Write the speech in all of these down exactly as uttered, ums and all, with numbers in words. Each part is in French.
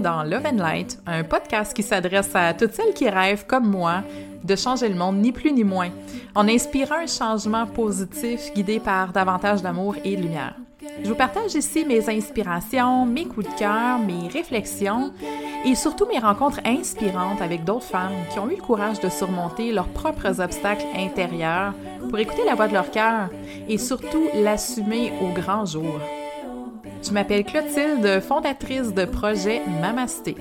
dans Love and Light, un podcast qui s'adresse à toutes celles qui rêvent, comme moi, de changer le monde, ni plus ni moins, en inspirant un changement positif guidé par davantage d'amour et de lumière. Je vous partage ici mes inspirations, mes coups de cœur, mes réflexions et surtout mes rencontres inspirantes avec d'autres femmes qui ont eu le courage de surmonter leurs propres obstacles intérieurs pour écouter la voix de leur cœur et surtout l'assumer au grand jour. Je m'appelle Clotilde, fondatrice de projet Mamasté.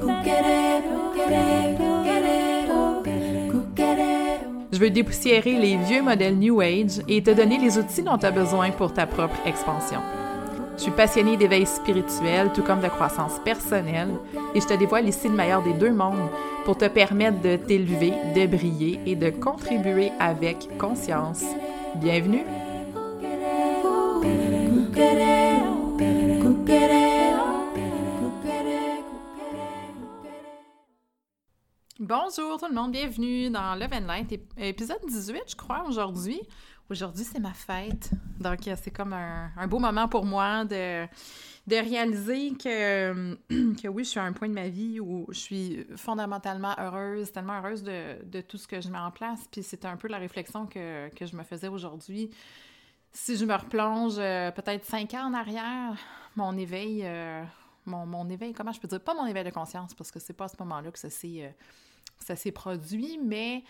Je veux dépoussiérer les vieux modèles New Age et te donner les outils dont tu as besoin pour ta propre expansion. Je suis passionnée d'éveil spirituel, tout comme de croissance personnelle, et je te dévoile ici le meilleur des deux mondes pour te permettre de t'élever, de briller et de contribuer avec conscience. Bienvenue! Bonjour tout le monde, bienvenue dans Love and Light, épisode dix-huit je crois aujourd'hui. Aujourd'hui c'est ma fête, donc c'est comme un, un beau moment pour moi de, de réaliser que, que oui, je suis à un point de ma vie où je suis fondamentalement heureuse, tellement heureuse de, de tout ce que je mets en place, puis c'est un peu la réflexion que, que je me faisais aujourd'hui. Si je me replonge euh, peut-être cinq ans en arrière, mon éveil, euh, mon, mon éveil, comment je peux dire, pas mon éveil de conscience, parce que c'est pas à ce moment-là que ça s'est, euh, ça s'est produit, mais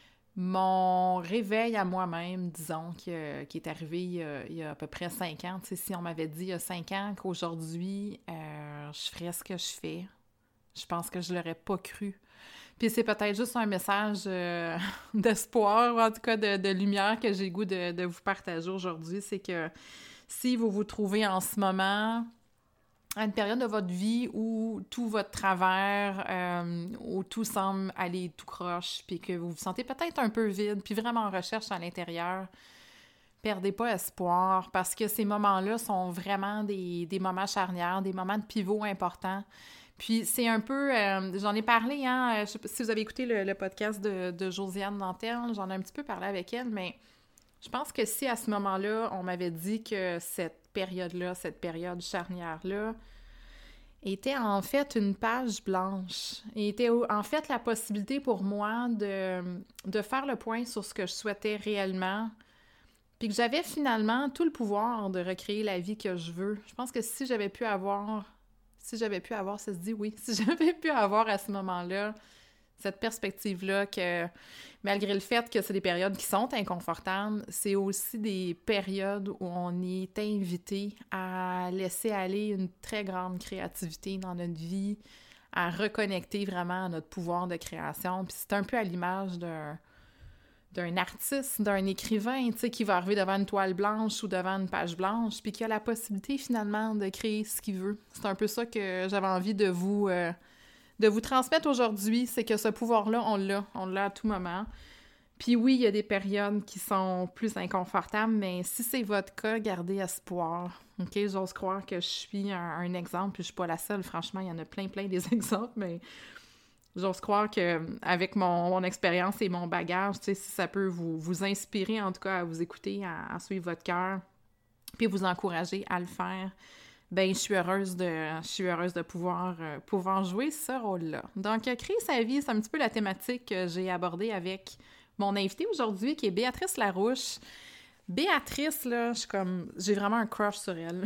mon réveil à moi-même, disons, qui, euh, qui est arrivé il y, a, il y a à peu près cinq ans. Tu sais, si on m'avait dit il y a cinq ans qu'aujourd'hui, euh, je ferais ce que je fais, je pense que je l'aurais pas cru. Puis c'est peut-être juste un message euh, d'espoir, ou en tout cas de, de lumière que j'ai le goût de, de vous partager aujourd'hui. C'est que si vous vous trouvez en ce moment à une période de votre vie où tout votre travers, euh, où tout semble aller tout croche, puis que vous vous sentez peut-être un peu vide, puis vraiment en recherche à l'intérieur, perdez pas espoir, parce que ces moments-là sont vraiment des, des moments charnières, des moments de pivot importants. Puis c'est un peu, euh, j'en ai parlé, hein, je sais pas si vous avez écouté le, le podcast de, de Josiane Nantel, j'en ai un petit peu parlé avec elle, mais je pense que si à ce moment-là, on m'avait dit que cette période-là, cette période charnière-là, était en fait une page blanche, et était en fait la possibilité pour moi de, de faire le point sur ce que je souhaitais réellement, puis que j'avais finalement tout le pouvoir de recréer la vie que je veux. Je pense que si j'avais pu avoir... Si j'avais pu avoir, ça se dit oui, si j'avais pu avoir à ce moment-là cette perspective-là que, malgré le fait que c'est des périodes qui sont inconfortables, c'est aussi des périodes où on est invité à laisser aller une très grande créativité dans notre vie, à reconnecter vraiment à notre pouvoir de création. Puis c'est un peu à l'image d'un... d'un artiste, d'un écrivain, tu sais, qui va arriver devant une toile blanche ou devant une page blanche, puis qui a la possibilité, finalement, de créer ce qu'il veut. C'est un peu ça que j'avais envie de vous, euh, de vous transmettre aujourd'hui, c'est que ce pouvoir-là, on l'a, on l'a à tout moment. Puis oui, il y a des périodes qui sont plus inconfortables, mais si c'est votre cas, gardez espoir. OK? J'ose croire que je suis un, un exemple, puis je suis pas la seule, franchement, il y en a plein, plein des exemples, mais... J'ose croire qu'avec mon, mon expérience et mon bagage, tu sais, si ça peut vous, vous inspirer, en tout cas, à vous écouter, à, à suivre votre cœur, puis vous encourager à le faire, bien, je suis heureuse de, je suis heureuse de pouvoir, euh, pouvoir jouer ce rôle-là. Donc, créer sa vie, c'est un petit peu la thématique que j'ai abordée avec mon invitée aujourd'hui, qui est Béatrice Larouche. Béatrice, là, je suis comme... J'ai vraiment un crush sur elle.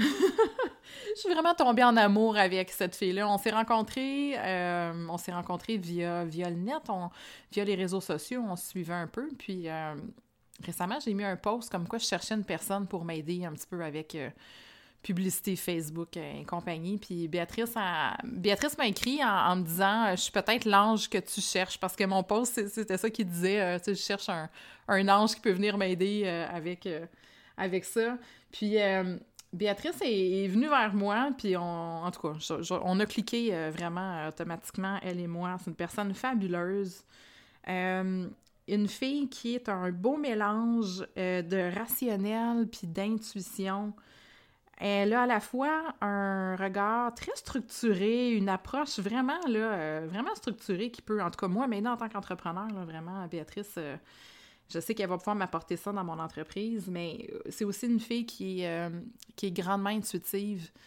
Je suis vraiment tombée en amour avec cette fille-là. On s'est rencontrés, euh, on s'est rencontrés via, via le net, on, via les réseaux sociaux, on se suivait un peu. Puis euh, récemment, j'ai mis un post comme quoi je cherchais une personne pour m'aider un petit peu avec euh, publicité Facebook et compagnie. Puis Béatrice, a, Béatrice m'a écrit en, en me disant « Je suis peut-être l'ange que tu cherches », parce que mon post, c'était ça qu'il disait, euh, tu sais, je cherche un, un ange qui peut venir m'aider euh, avec, euh, avec ça. Puis... Euh, Béatrice est, est venue vers moi, puis on, en tout cas, je, je, on a cliqué euh, vraiment euh, automatiquement, elle et moi. C'est une personne fabuleuse. Euh, une fille qui est un beau mélange euh, de rationnel puis d'intuition. Elle a à la fois un regard très structuré, une approche vraiment, là, euh, vraiment structurée qui peut, en tout cas moi, maintenant en tant qu'entrepreneur, là, vraiment, Béatrice... Euh, Je sais qu'elle va pouvoir m'apporter ça dans mon entreprise, mais c'est aussi une fille qui est, euh, qui est grandement intuitive.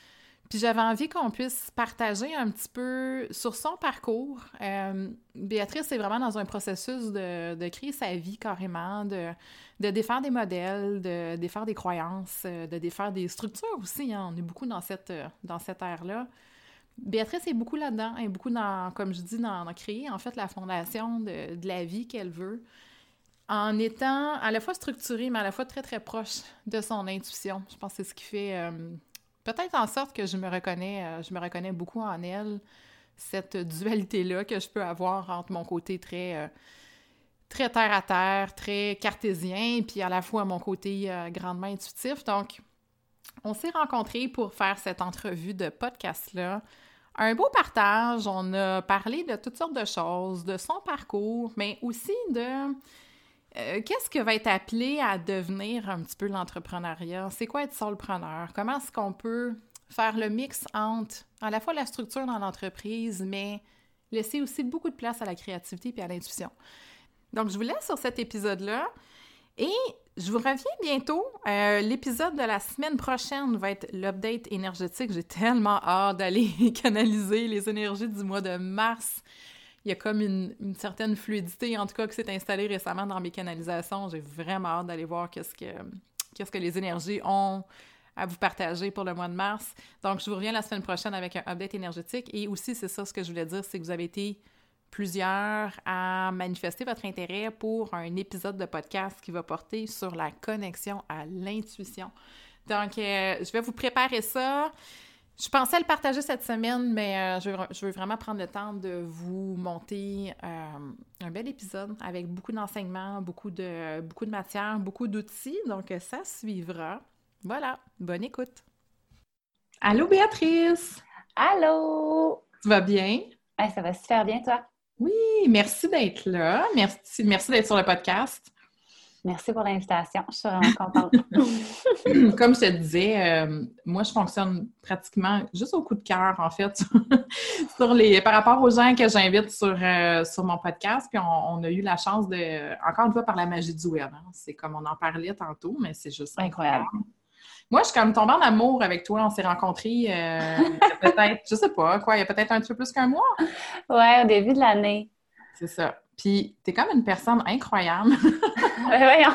Puis j'avais envie qu'on puisse partager un petit peu sur son parcours. Euh, Béatrice est vraiment dans un processus de, de créer sa vie carrément, de, de défaire des modèles, de défaire des croyances, de défaire des structures aussi. Hein. On est beaucoup dans cette, dans cette ère-là. Béatrice est beaucoup là-dedans, elle est beaucoup dans, comme je dis, dans, dans créer en fait la fondation de, de la vie qu'elle veut, en étant à la fois structurée, mais à la fois très, très proche de son intuition. Je pense que c'est ce qui fait... Euh, peut-être en sorte que je me reconnais, euh, je me reconnais beaucoup en elle, cette dualité-là que je peux avoir entre mon côté très, euh, très terre-à-terre, très cartésien, puis à la fois mon côté euh, grandement intuitif. Donc, on s'est rencontrés pour faire cette entrevue de podcast-là. Un beau partage, on a parlé de toutes sortes de choses, de son parcours, mais aussi de... Euh, qu'est-ce que va être appelé à devenir un petit peu l'entrepreneuriat? C'est quoi être solopreneur? Comment est-ce qu'on peut faire le mix entre à la fois la structure dans l'entreprise, mais laisser aussi beaucoup de place à la créativité et à l'intuition? Donc, je vous laisse sur cet épisode-là et je vous reviens bientôt. Euh, l'épisode de la semaine prochaine va être l'update énergétique. J'ai tellement hâte d'aller canaliser les énergies du mois de mars. Il y a comme une, une certaine fluidité, en tout cas, qui s'est installée récemment dans mes canalisations. J'ai vraiment hâte d'aller voir qu'est-ce que, qu'est-ce que les énergies ont à vous partager pour le mois de mars. Donc, je vous reviens la semaine prochaine avec un update énergétique. Et aussi, c'est ça ce que je voulais dire, c'est que vous avez été plusieurs à manifester votre intérêt pour un épisode de podcast qui va porter sur la connexion à l'intuition. Donc, euh, je vais vous préparer ça. Je pensais le partager cette semaine, mais euh, je, veux, je veux vraiment prendre le temps de vous monter euh, un bel épisode avec beaucoup d'enseignements, beaucoup de, beaucoup de matière, beaucoup d'outils. Donc, ça suivra. Voilà, bonne écoute. Allô, Béatrice! Allô! Tu vas bien? Ouais, ça va super bien, toi? Oui, merci d'être là. Merci, merci d'être sur le podcast. Merci pour l'invitation. Je suis vraiment contente. Comme je te disais, euh, moi, je fonctionne pratiquement juste au coup de cœur, en fait, sur les, par rapport aux gens que j'invite sur, euh, sur mon podcast. Puis on, on a eu la chance de, encore une fois, par la magie du web. Hein. C'est comme on en parlait tantôt, mais c'est juste incroyable. incroyable. Moi, je suis comme tombée en amour avec toi. On s'est rencontrés euh, peut-être, je sais pas, quoi, il y a peut-être un petit peu plus qu'un mois. Ouais, au début de l'année. C'est ça. Puis, t'es comme une personne incroyable. Ouais, voyons.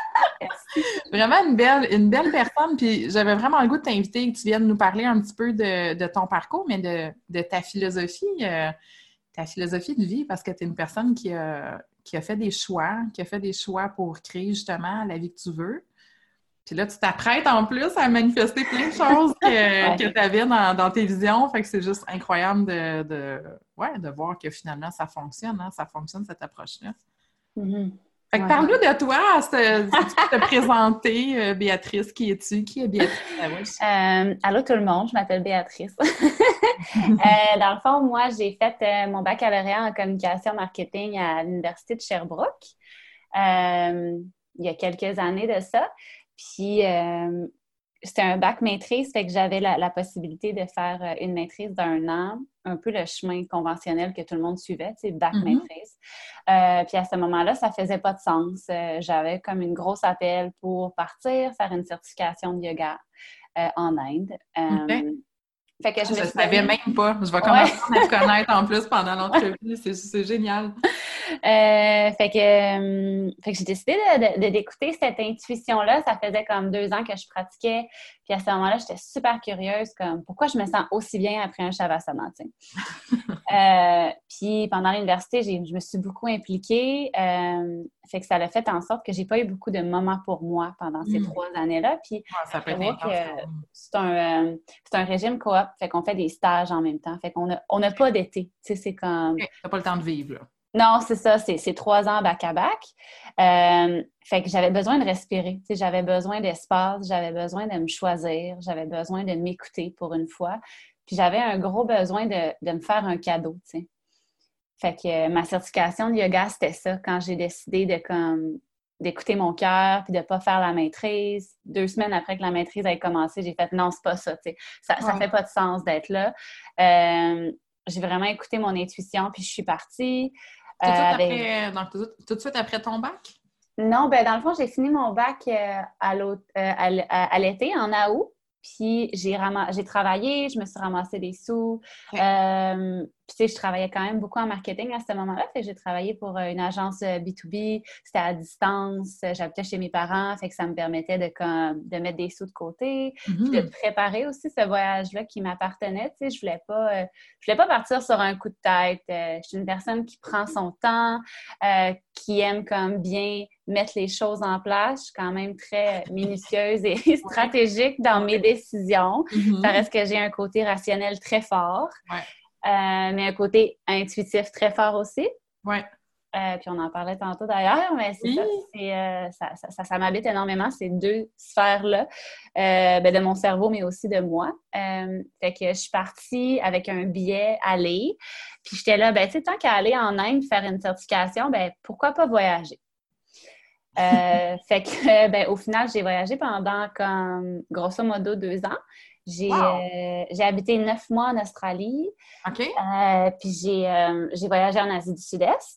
Vraiment une belle, une belle personne. Puis, j'avais vraiment le goût de t'inviter que tu viennes nous parler un petit peu de, de ton parcours, mais de, de ta philosophie, euh, ta philosophie de vie, parce que tu es une personne qui a, qui a fait des choix, qui a fait des choix pour créer justement la vie que tu veux. Puis là, tu t'apprêtes en plus à manifester plein de choses que, ouais. que tu avais dans, dans tes visions. Fait que c'est juste incroyable de, de, ouais, de voir que finalement, ça fonctionne. Hein? Ça fonctionne, cette approche-là. Mm-hmm. Fait que ouais. Parle-nous de toi. Si tu peux te présenter, euh, Béatrice. Qui es-tu? Qui est Béatrice? Euh, allô tout le monde, je m'appelle Béatrice. euh, dans le fond, moi, j'ai fait euh, mon baccalauréat en communication marketing à l'Université de Sherbrooke euh, il y a quelques années de ça. Puis, euh, c'était un bac maîtrise, fait que j'avais la, la possibilité de faire une maîtrise d'un an, un peu le chemin conventionnel que tout le monde suivait, tu sais, bac mm-hmm. maîtrise. Euh, puis à ce moment-là, ça faisait pas de sens. Euh, j'avais comme une grosse appel pour partir, faire une certification de yoga euh, en Inde. Euh, okay. Fait que je ne me savais dit... même pas. Je vais commencer ouais. à te connaître en plus pendant l'entrevue. C'est, c'est génial. Euh, fait que, euh, fait que j'ai décidé de, de, d'écouter cette intuition-là. Ça faisait comme deux ans que je pratiquais. Puis à ce moment-là, j'étais super curieuse, comme pourquoi je me sens aussi bien après un Shavasana, tu sais. euh, puis pendant l'université, j'ai, je me suis beaucoup impliquée. Euh, fait que ça a fait en sorte que j'ai pas eu beaucoup de moments pour moi pendant ces mmh. trois années-là. Puis ouais, ça peut être intense, que c'est un, euh, c'est un régime coop. Fait qu'on fait des stages en même temps. Fait qu'on a, on n'a pas d'été. Tu sais, c'est comme... Okay. T'as pas le temps de vivre, là. Non, c'est ça, c'est, c'est trois ans back-à-back. Euh, fait que j'avais besoin de respirer, tu sais, j'avais besoin d'espace, j'avais besoin de me choisir, j'avais besoin de m'écouter pour une fois. Puis j'avais un gros besoin de, de me faire un cadeau, tu sais. Fait que euh, ma certification de yoga, c'était ça, quand j'ai décidé de comme d'écouter mon cœur puis de pas faire la maîtrise. Deux semaines après que la maîtrise ait commencé, j'ai fait « non, c'est pas ça, tu sais. Ça, ouais. ça fait pas de sens d'être là. Euh, » J'ai vraiment écouté mon intuition puis je suis partie. Tout de, suite après, donc, tout, tout de suite après ton bac? Non, ben dans le fond, j'ai fini mon bac euh, à, euh, à, à l'été, en août. Puis j'ai, ram- j'ai travaillé, je me suis ramassé des sous. Okay. Euh, puis tu sais, je travaillais quand même beaucoup en marketing à ce moment-là. Fait que j'ai travaillé pour euh, une agence euh, B deux B. C'était à distance. Euh, J'habitais chez mes parents. Fait que ça me permettait de, comme, de mettre des sous de côté. Puis de Mm-hmm. préparer aussi ce voyage-là qui m'appartenait. Tu sais, je voulais pas, euh, je voulais pas partir sur un coup de tête. Euh, je suis une personne qui prend son temps, euh, qui aime comme bien mettre les choses en place. Je suis quand même très minutieuse et stratégique dans Ouais. mes décisions. Mm-hmm. Ça reste que j'ai un côté rationnel très fort. Ouais. Euh, mais un côté intuitif très fort aussi. Ouais. Euh, puis on en parlait tantôt d'ailleurs, mais c'est oui. ça, c'est, euh, ça, ça, ça, ça m'habite énormément, ces deux sphères-là, euh, ben de mon cerveau, mais aussi de moi. Euh, fait que je suis partie avec un billet aller, puis j'étais là, ben tu sais, tant qu'à aller en Inde faire une certification, ben pourquoi pas voyager? Euh, fait que, ben, au final, j'ai voyagé pendant comme grosso modo deux ans. J'ai, wow. euh, j'ai habité neuf mois en Australie. OK. Euh, puis j'ai, euh, j'ai voyagé en Asie du Sud-Est.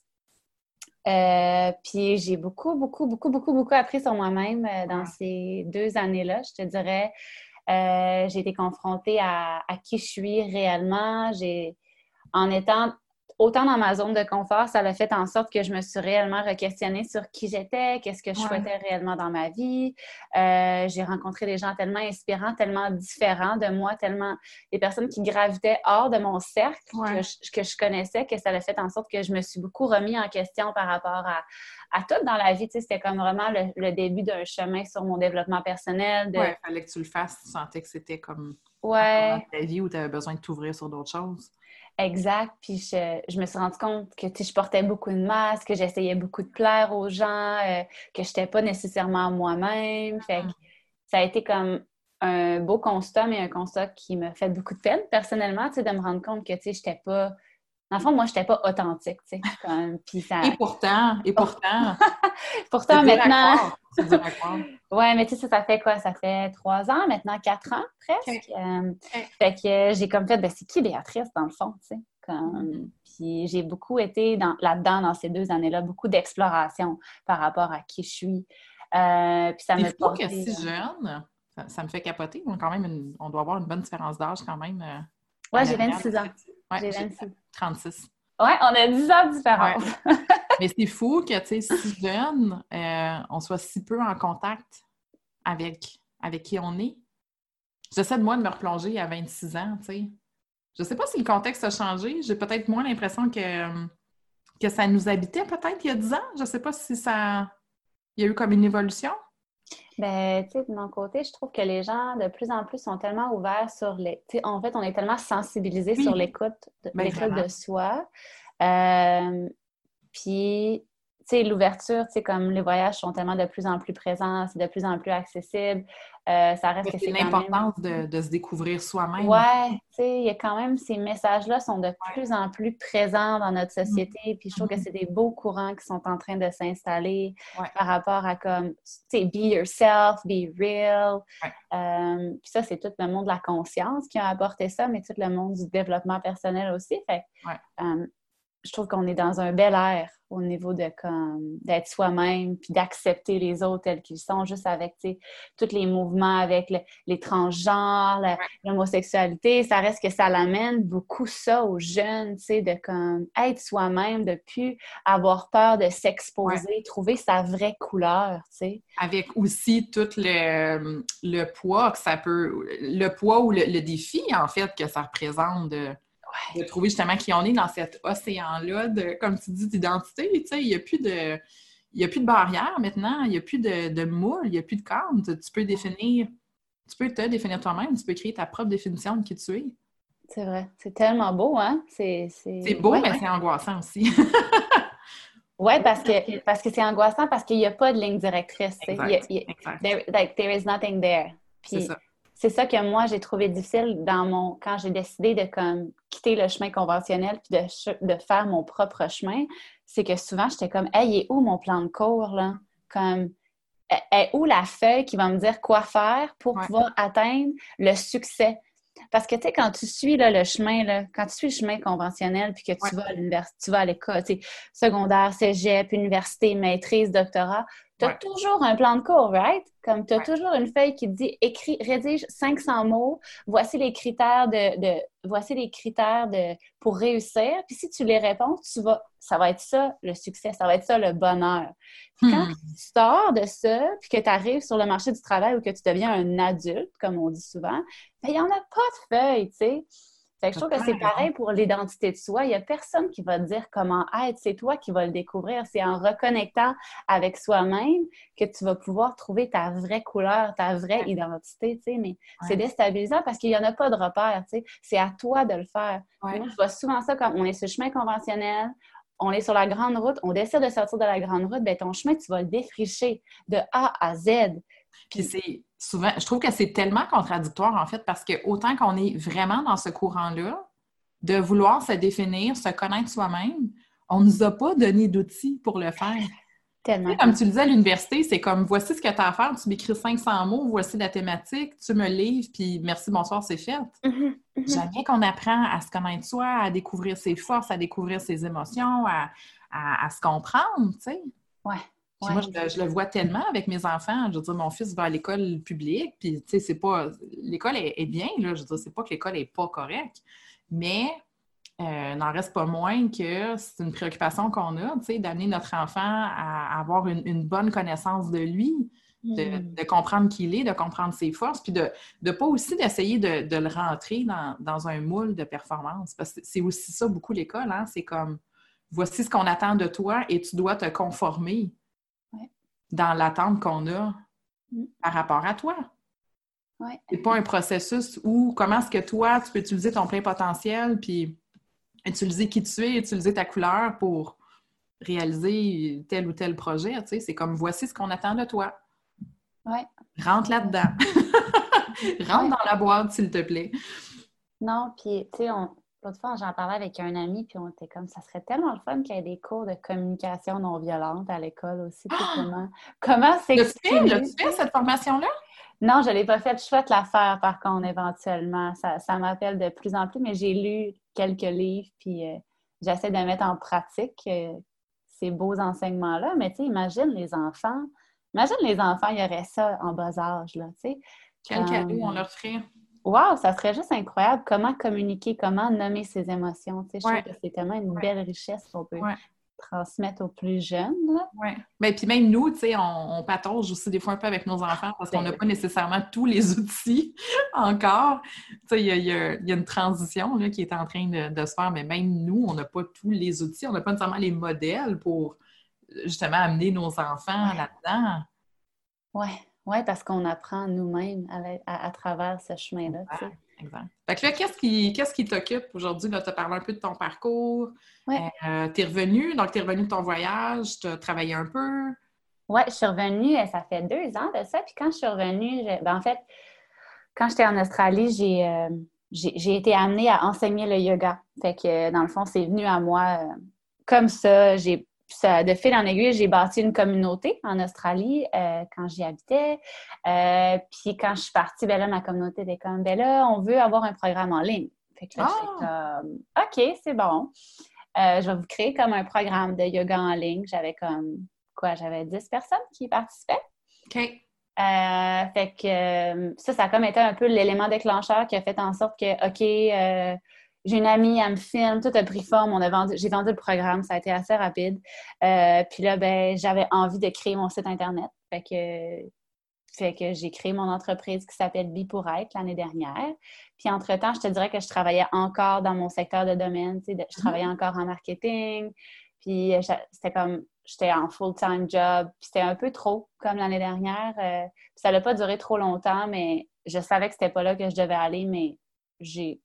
Euh, puis j'ai beaucoup, beaucoup, beaucoup, beaucoup, beaucoup appris sur moi-même euh, dans wow. ces deux années-là. Je te dirais, euh, j'ai été confrontée à, à qui je suis réellement. J'ai, en étant autant dans ma zone de confort, ça a fait en sorte que je me suis réellement re-questionnée sur qui j'étais, qu'est-ce que je ouais. souhaitais réellement dans ma vie. Euh, j'ai rencontré des gens tellement inspirants, tellement différents de moi, tellement des personnes qui gravitaient hors de mon cercle ouais. que, je, que je connaissais, que ça a fait en sorte que je me suis beaucoup remis en question par rapport à, à tout dans la vie. Tu sais, c'était comme vraiment le, le début d'un chemin sur mon développement personnel. De... Oui, il fallait que tu le fasses. Tu sentais que c'était comme ouais. ta vie où tu avais besoin de t'ouvrir sur d'autres choses. Exact. Puis je, je me suis rendu compte que je portais beaucoup de masques, que j'essayais beaucoup de plaire aux gens, euh, que je n'étais pas nécessairement moi-même. Fait que ça a été comme un beau constat, mais un constat qui m'a fait beaucoup de peine personnellement, tu sais, de me rendre compte que tu sais, je n'étais pas. Dans le fond, moi, je n'étais pas authentique, tu sais. Comme, puis ça... Et pourtant, et pourtant. pourtant, c'est maintenant. C'est dur à croire. Ouais, mais tu sais, ça fait quoi? Ça fait trois ans, maintenant quatre ans, presque. Okay. Euh, okay. Fait que euh, j'ai comme fait, ben, c'est qui Béatrice, dans le fond, tu sais? Comme... Mm-hmm. Puis j'ai beaucoup été dans, là-dedans, dans ces deux années-là, beaucoup d'exploration par rapport à qui je suis. Euh, puis ça c'est me fou porté, que si euh... jeune, ça, ça me fait capoter. On, quand même une, on doit avoir une bonne différence d'âge quand même. Euh, ouais, j'ai vingt-six ans. Ouais, j'ai vingt-six. trente-six. Ouais, on a dix ans de différence. Ouais. Mais c'est fou que, tu sais, si jeune, euh, on soit si peu en contact avec, avec qui on est. J'essaie de moi de me replonger à vingt-six ans, tu sais. Je sais pas si le contexte a changé. J'ai peut-être moins l'impression que, que ça nous habitait peut-être il y a dix ans. Je sais pas si ça... Il y a eu comme une évolution. Ben, tu sais, de mon côté, je trouve que les gens, de plus en plus, sont tellement ouverts sur les... Tu sais, en fait, on est tellement sensibilisés oui. sur l'écoute de, ben, l'écoute de soi. Euh, puis, tu sais, l'ouverture, tu sais, comme les voyages sont tellement de plus en plus présents, c'est de plus en plus accessible. Euh, ça reste Mais que c'est c'est l'importance quand même... de, de se découvrir soi-même. Ouais, tu sais, il y a quand même ces messages-là sont de plus en plus présents dans notre société. Mm-hmm. Puis je trouve que c'est des beaux courants qui sont en train de s'installer ouais. par rapport à comme, tu sais, be yourself, be real. Ouais. Euh, puis ça, c'est tout le monde de la conscience qui a apporté ça, mais tout le monde du développement personnel aussi. Fait ouais. euh, je trouve qu'on est dans un bel air au niveau de comme d'être soi-même puis d'accepter les autres tels qu'ils sont, juste avec, tu sais, tous les mouvements avec le, les transgenres, la, l'homosexualité, ça reste que ça l'amène beaucoup ça aux jeunes, tu sais, de comme être soi-même, de plus avoir peur de s'exposer, ouais. trouver sa vraie couleur, tu sais. Avec aussi tout le, le poids que ça peut, le poids ou le, le défi, en fait, que ça représente de... de trouver justement qui on est dans cet océan-là, de, comme tu dis, d'identité. Tu sais, il n'y a plus de, il y a plus de barrière maintenant, il n'y a plus de, de moule, il n'y a plus de cadre. Tu, tu peux définir, tu peux te définir toi-même, tu peux créer ta propre définition de qui tu es. C'est vrai. C'est tellement beau, hein? C'est, c'est... c'est beau, ouais, mais ouais. c'est angoissant aussi. Oui, parce que, parce que c'est angoissant, parce qu'il n'y a pas de ligne directrice. Exact. Il y a, il y a, exact. There, like, there is nothing there. Puis, c'est ça. C'est ça que moi, j'ai trouvé difficile dans mon quand j'ai décidé de comme quitter le chemin conventionnel puis de, de faire mon propre chemin. C'est que souvent, j'étais comme, hey, il est où mon plan de cours, là? Comme, est où la feuille qui va me dire quoi faire pour ouais. pouvoir atteindre le succès? Parce que, tu sais, quand tu suis là, le chemin, là, quand tu suis le chemin conventionnel puis que tu ouais. vas à l'université, tu vas à l'école, tu sais, secondaire, cégep, université, maîtrise, doctorat, Tu as Ouais. toujours un plan de cours, right? Comme tu as Ouais. toujours une feuille qui te dit écris, rédige cinq cents mots, voici les critères de, de voici les critères de pour réussir. Puis si tu les réponds, tu vas, ça va être ça le succès, ça va être ça le bonheur. Puis quand Hmm. tu sors de ça, puis que tu arrives sur le marché du travail ou que tu deviens un adulte, comme on dit souvent, bien, il n'y en a pas de feuille, tu sais. Fait que je trouve que c'est pareil pour l'identité de soi. Il n'y a personne qui va te dire comment être. C'est toi qui vas le découvrir. C'est en reconnectant avec soi-même que tu vas pouvoir trouver ta vraie couleur, ta vraie Ouais. identité, tu sais. Mais Ouais. c'est déstabilisant parce qu'il n'y en a pas de repère, tu sais. C'est à toi de le faire. Ouais. Moi, je vois souvent ça quand on est sur le chemin conventionnel, on est sur la grande route, on décide de sortir de la grande route, bien, ton chemin, tu vas le défricher de A à Z. Puis c'est souvent, je trouve que c'est tellement contradictoire, en fait, parce que autant qu'on est vraiment dans ce courant-là, de vouloir se définir, se connaître soi-même, on ne nous a pas donné d'outils pour le faire. Tellement. Tu sais, comme tu le disais à l'université, c'est comme, voici ce que tu as à faire, tu m'écris cinq cents mots, voici la thématique, tu me livres, puis merci, bonsoir, c'est fait. Mm-hmm, mm-hmm. Jamais qu'on apprend à se connaître soi, à découvrir ses forces, à découvrir ses émotions, à, à, à se comprendre, tu sais. Ouais. Puis ouais. moi, je, je le vois tellement avec mes enfants. Je veux dire, mon fils va à l'école publique, puis tu sais, c'est pas... L'école est, est bien, là. Je veux dire, c'est pas que l'école est pas correcte, mais euh, n'en reste pas moins que c'est une préoccupation qu'on a, tu sais, d'amener notre enfant à avoir une, une bonne connaissance de lui, de, Mm. de comprendre qui il est, de comprendre ses forces, puis de ne pas aussi d'essayer de, de le rentrer dans, dans un moule de performance. Parce que c'est aussi ça, beaucoup, l'école, hein? C'est comme, voici ce qu'on attend de toi et tu dois te conformer Ouais. dans l'attente qu'on a mm. par rapport à toi. Ouais. C'est pas un processus où comment est-ce que toi, tu peux utiliser ton plein potentiel, puis utiliser qui tu es, utiliser ta couleur pour réaliser tel ou tel projet. Tu sais, c'est comme, voici ce qu'on attend de toi. Ouais. Rentre là-dedans. Rentre ouais. dans la boîte, s'il te plaît. Non, puis, tu sais, l'autre fois, j'en parlais avec un ami, puis on était comme, ça serait tellement le fun qu'il y ait des cours de communication non violente à l'école aussi. Puis comment, comment s'exprimer. L'as-tu fait, cette formation-là? Non, je ne l'ai pas faite. Je souhaite la faire, par contre, éventuellement. Ça, ça m'appelle de plus en plus, mais j'ai lu quelques livres, puis euh, j'essaie de mettre en pratique euh, ces beaux enseignements-là. Mais tu sais, imagine les enfants. Imagine les enfants, il y aurait ça en bas âge, là, tu sais. Quel Comme... cadeau on leur ferait. Wow, ça serait juste incroyable. Comment communiquer, comment nommer ses émotions. Tu sais, je ouais. trouve que c'est tellement une ouais. belle richesse qu'on peut ouais. transmettre aux plus jeunes. Oui. Ben, puis même nous, tu sais, on, on patauge aussi des fois un peu avec nos enfants parce qu'on n'a pas nécessairement tous les outils encore. Tu sais, il y a, y, a, y a une transition là, qui est en train de, de se faire, mais même nous, on n'a pas tous les outils, on n'a pas nécessairement les modèles pour justement amener nos enfants ouais. là-dedans. Oui, ouais, parce qu'on apprend nous-mêmes à, à, à travers ce chemin-là. Exact. exact. Fait que là, qu'est-ce qui, qu'est-ce qui t'occupe aujourd'hui? Tu as parlé un peu de ton parcours. Ouais. Euh, tu es revenue, donc tu es revenue de ton voyage, tu as travaillé un peu. Oui, je suis revenue, ça fait deux ans de ça. Puis quand je suis revenue, je, ben en fait, quand j'étais en Australie, j'ai, euh, j'ai, j'ai été amenée à enseigner le yoga. Fait que, dans le fond, c'est venu à moi euh, comme ça. J'ai Ça, de fil en aiguille, j'ai bâti une communauté en Australie euh, quand j'y habitais. Euh, puis quand je suis partie, ben là, ma communauté était comme, ben là, on veut avoir un programme en ligne. Fait que là, Ah! j'étais comme, OK, c'est bon. Euh, je vais vous créer comme un programme de yoga en ligne. J'avais comme, quoi, j'avais dix personnes qui participaient. OK. Euh, fait que ça, ça a comme été un peu l'élément déclencheur qui a fait en sorte que, OK, euh, j'ai une amie, elle me filme, tout a pris forme, on a vendu, j'ai vendu le programme, ça a été assez rapide. Euh, puis là, ben, j'avais envie de créer mon site Internet. Fait que, fait que j'ai créé mon entreprise qui s'appelle Be pour être l'année dernière. Puis entre-temps, je te dirais que je travaillais encore dans mon secteur de domaine. Tu sais, je travaillais encore en marketing. Puis c'était comme, j'étais en full-time job. Puis c'était un peu trop, comme l'année dernière. Euh, puis ça n'a pas duré trop longtemps, mais je savais que c'était pas là que je devais aller, mais j'ai...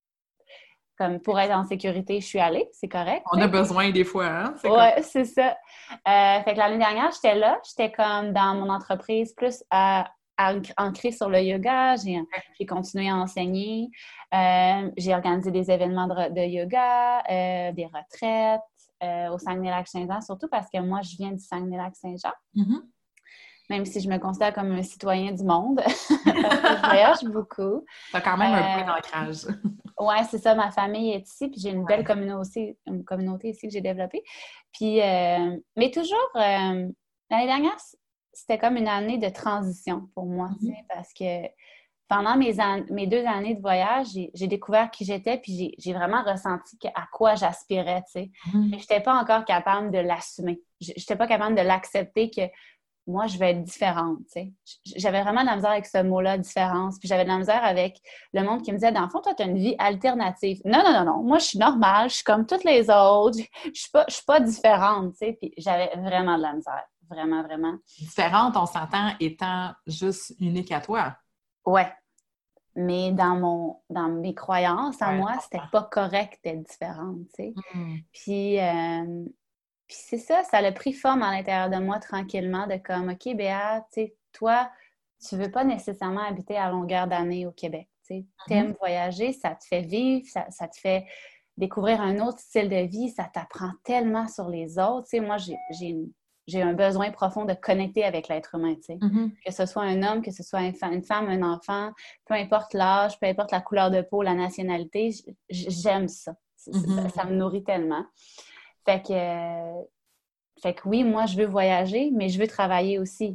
Comme pour être en sécurité, je suis allée, c'est correct. On a besoin des fois, hein? Oui, comme... c'est ça. Euh, fait que l'année dernière, j'étais là. J'étais comme dans mon entreprise plus à, à ancrée sur le yoga. J'ai, j'ai continué à enseigner. Euh, j'ai organisé des événements de, de yoga, euh, des retraites euh, au Saguenay-Lac-Saint-Jean, surtout parce que moi, je viens du Saguenay-Lac-Saint-Jean. Mm-hmm. Même si je me considère comme un citoyen du monde, parce que je voyage beaucoup. Tu as quand même euh, un point d'ancrage. Oui, c'est ça. Ma famille est ici, puis j'ai une belle communauté, une communauté ici que j'ai développée. Puis, euh, mais toujours, euh, l'année dernière, c'était comme une année de transition pour moi, tu sais, parce que pendant mes, an- mes deux années de voyage, j'ai, j'ai découvert qui j'étais, puis j'ai, j'ai vraiment ressenti que- à quoi j'aspirais, tu sais. Mhm. Mais je n'étais pas encore capable de l'assumer. Je n'étais pas capable de l'accepter que moi, je vais être différente, tu sais. J- J'avais vraiment de la misère avec ce mot-là, différence. Puis j'avais de la misère avec le monde qui me disait, dans le fond, toi, tu as une vie alternative. Non, non, non, non. Moi, je suis normale, je suis comme toutes les autres. Je ne suis pas, je suis pas différente, tu sais. Puis j'avais vraiment de la misère. Vraiment, vraiment. Différente, on s'entend, étant juste unique à toi. Ouais. Mais dans mon dans mes croyances à Ouais, moi, je c'était comprends. pas correct d'être différente, tu sais. Mhm. Puis, euh, puis c'est ça, ça a pris forme à l'intérieur de moi tranquillement, de comme, OK, Béa, tu sais, toi, tu veux pas nécessairement habiter à longueur d'année au Québec, tu sais. Mhm. T'aimes voyager, ça te fait vivre, ça, ça te fait découvrir un autre style de vie, ça t'apprend tellement sur les autres, tu sais. Moi, j'ai, j'ai une- j'ai un besoin profond de connecter avec l'être humain, tu sais. Mhm. Que ce soit un homme, que ce soit une fa- une femme, un enfant, peu importe l'âge, peu importe la couleur de peau, la nationalité, j- j- j'aime ça. C- c- Ça, Mhm. ça me nourrit tellement. Fait que, euh, fait que oui, moi, je veux voyager, mais je veux travailler aussi.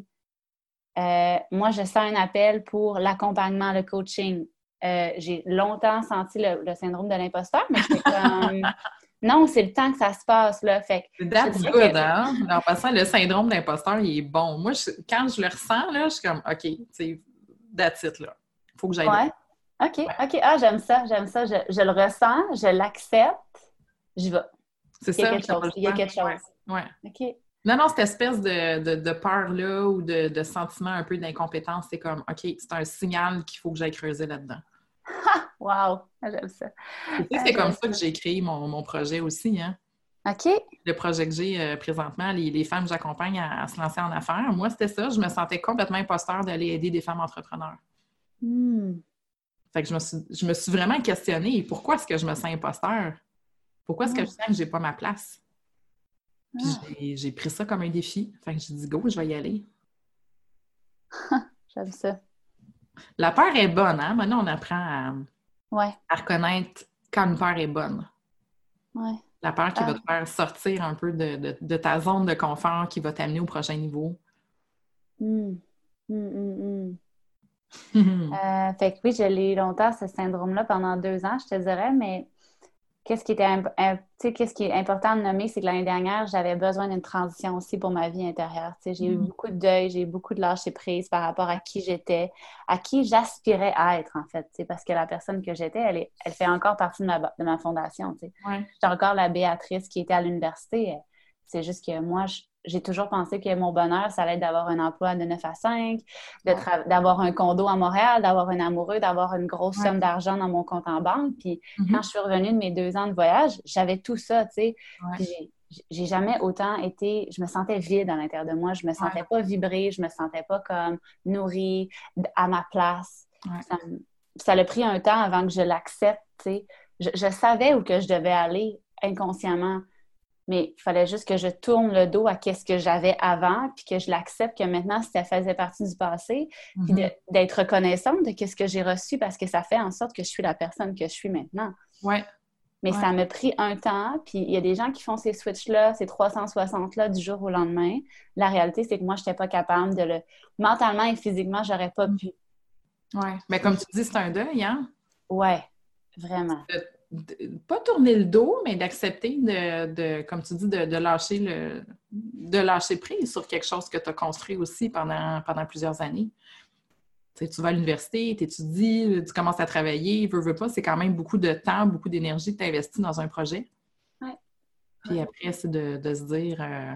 Euh, moi, je sens un appel pour l'accompagnement, le coaching. Euh, j'ai longtemps senti le, le syndrome de l'imposteur, mais j'étais comme, non, c'est le temps que ça se passe, là. Fait que je te That's dirais good, que, hein? En passant, le syndrome d'imposteur, il est bon. Moi, je- quand je le ressens, là, je suis comme, OK, tu sais, that's it, là. Faut que j'aille là. ouais, OK, Ouais. OK, ah, j'aime ça, j'aime ça, je, je le ressens, je l'accepte, j'y vais. C'est Il y a ça, quelque t'as pas chose, le il y a choix. quelque chose. Ouais, ouais. OK. Non, non, cette espèce de, de, de peur-là ou de, de sentiment un peu d'incompétence, c'est comme, OK, c'est un signal qu'il faut que j'aille creuser là-dedans. Wow, j'aime ça. Et tu sais, Ah, c'est comme j'aime ça que ça. j'ai créé mon, mon projet aussi, hein. OK. Le projet que j'ai euh, présentement, les, les femmes que j'accompagne à, à se lancer en affaires. Moi, c'était ça. Je me sentais complètement imposteur d'aller aider des femmes entrepreneurs. Hmm. Fait que je me suis, je me suis vraiment questionnée, pourquoi est-ce que je me sens imposteur? Pourquoi est-ce que je Hmm. sens que j'ai pas ma place? Puis Ah, j'ai, j'ai pris ça comme un défi. Fait que j'ai dit, go, je vais y aller. j'aime ça. La peur est bonne, hein? Maintenant, on apprend à, Ouais, à reconnaître quand une peur est bonne. ouais. La peur qui va Ah. te faire sortir un peu de, de- de ta zone de confort, qui va t'amener au prochain niveau. Hmm. Hmm, hmm, hmm. Mhm. Euh, fait que oui, je l'ai eu longtemps, ce syndrome-là, pendant deux ans, je te dirais, mais qu'est-ce qui était imp- imp- tu sais, qu'est-ce qui est important de nommer, c'est que l'année dernière, j'avais besoin d'une transition aussi pour ma vie intérieure. Tu sais, j'ai eu beaucoup de deuil, j'ai eu beaucoup de lâcher prise par rapport à qui j'étais, à qui j'aspirais à être, en fait. Tu sais, parce que la personne que j'étais, elle, est, elle fait encore partie de ma, de ma fondation. Tu sais. Ouais. J'étais encore la Béatrice qui était à l'université. C'est juste que moi, je- j'ai toujours pensé que mon bonheur, ça allait être d'avoir un emploi de neuf à cinq, de Ouais. tra- d'avoir un condo à Montréal, d'avoir un amoureux, d'avoir une grosse Ouais. somme d'argent dans mon compte en banque. Puis quand Mhm. je suis revenue de mes deux ans de voyage, j'avais tout ça, tu sais. Ouais. Puis j'ai, j'ai jamais autant été... Je me sentais vide à l'intérieur de moi. Je me sentais Ouais. pas vibrer. Je me sentais pas comme nourrie, d- à ma place. Ouais. Ça, me- ça a pris un temps avant que je l'accepte, tu sais. Je, je savais où que je devais aller inconsciemment. Mais il fallait juste que je tourne le dos à ce que j'avais avant, puis que je l'accepte que maintenant, ça faisait partie du passé, puis Mhm. de- d'être reconnaissante de ce que j'ai reçu parce que ça fait en sorte que je suis la personne que je suis maintenant. Ouais. Mais Ouais. ça m'a pris un temps, puis il y a des gens qui font ces switches-là, ces trois cent soixante-là du jour au lendemain. La réalité, c'est que moi, je n'étais pas capable de le... Mentalement et physiquement, j'aurais pas pu. Ouais. Mais comme tu dis, c'est un deuil, hein? Ouais, vraiment. De- de- pas tourner le dos, mais d'accepter de, de, comme tu dis, de, de lâcher le, de lâcher prise sur quelque chose que tu as construit aussi pendant, pendant plusieurs années. Tu sais, tu vas à l'université, tu étudies, tu commences à travailler, veux, veux pas, c'est quand même beaucoup de temps, beaucoup d'énergie que tu investis dans un projet. Ouais. Puis Ouais. après, c'est de, de se dire, euh,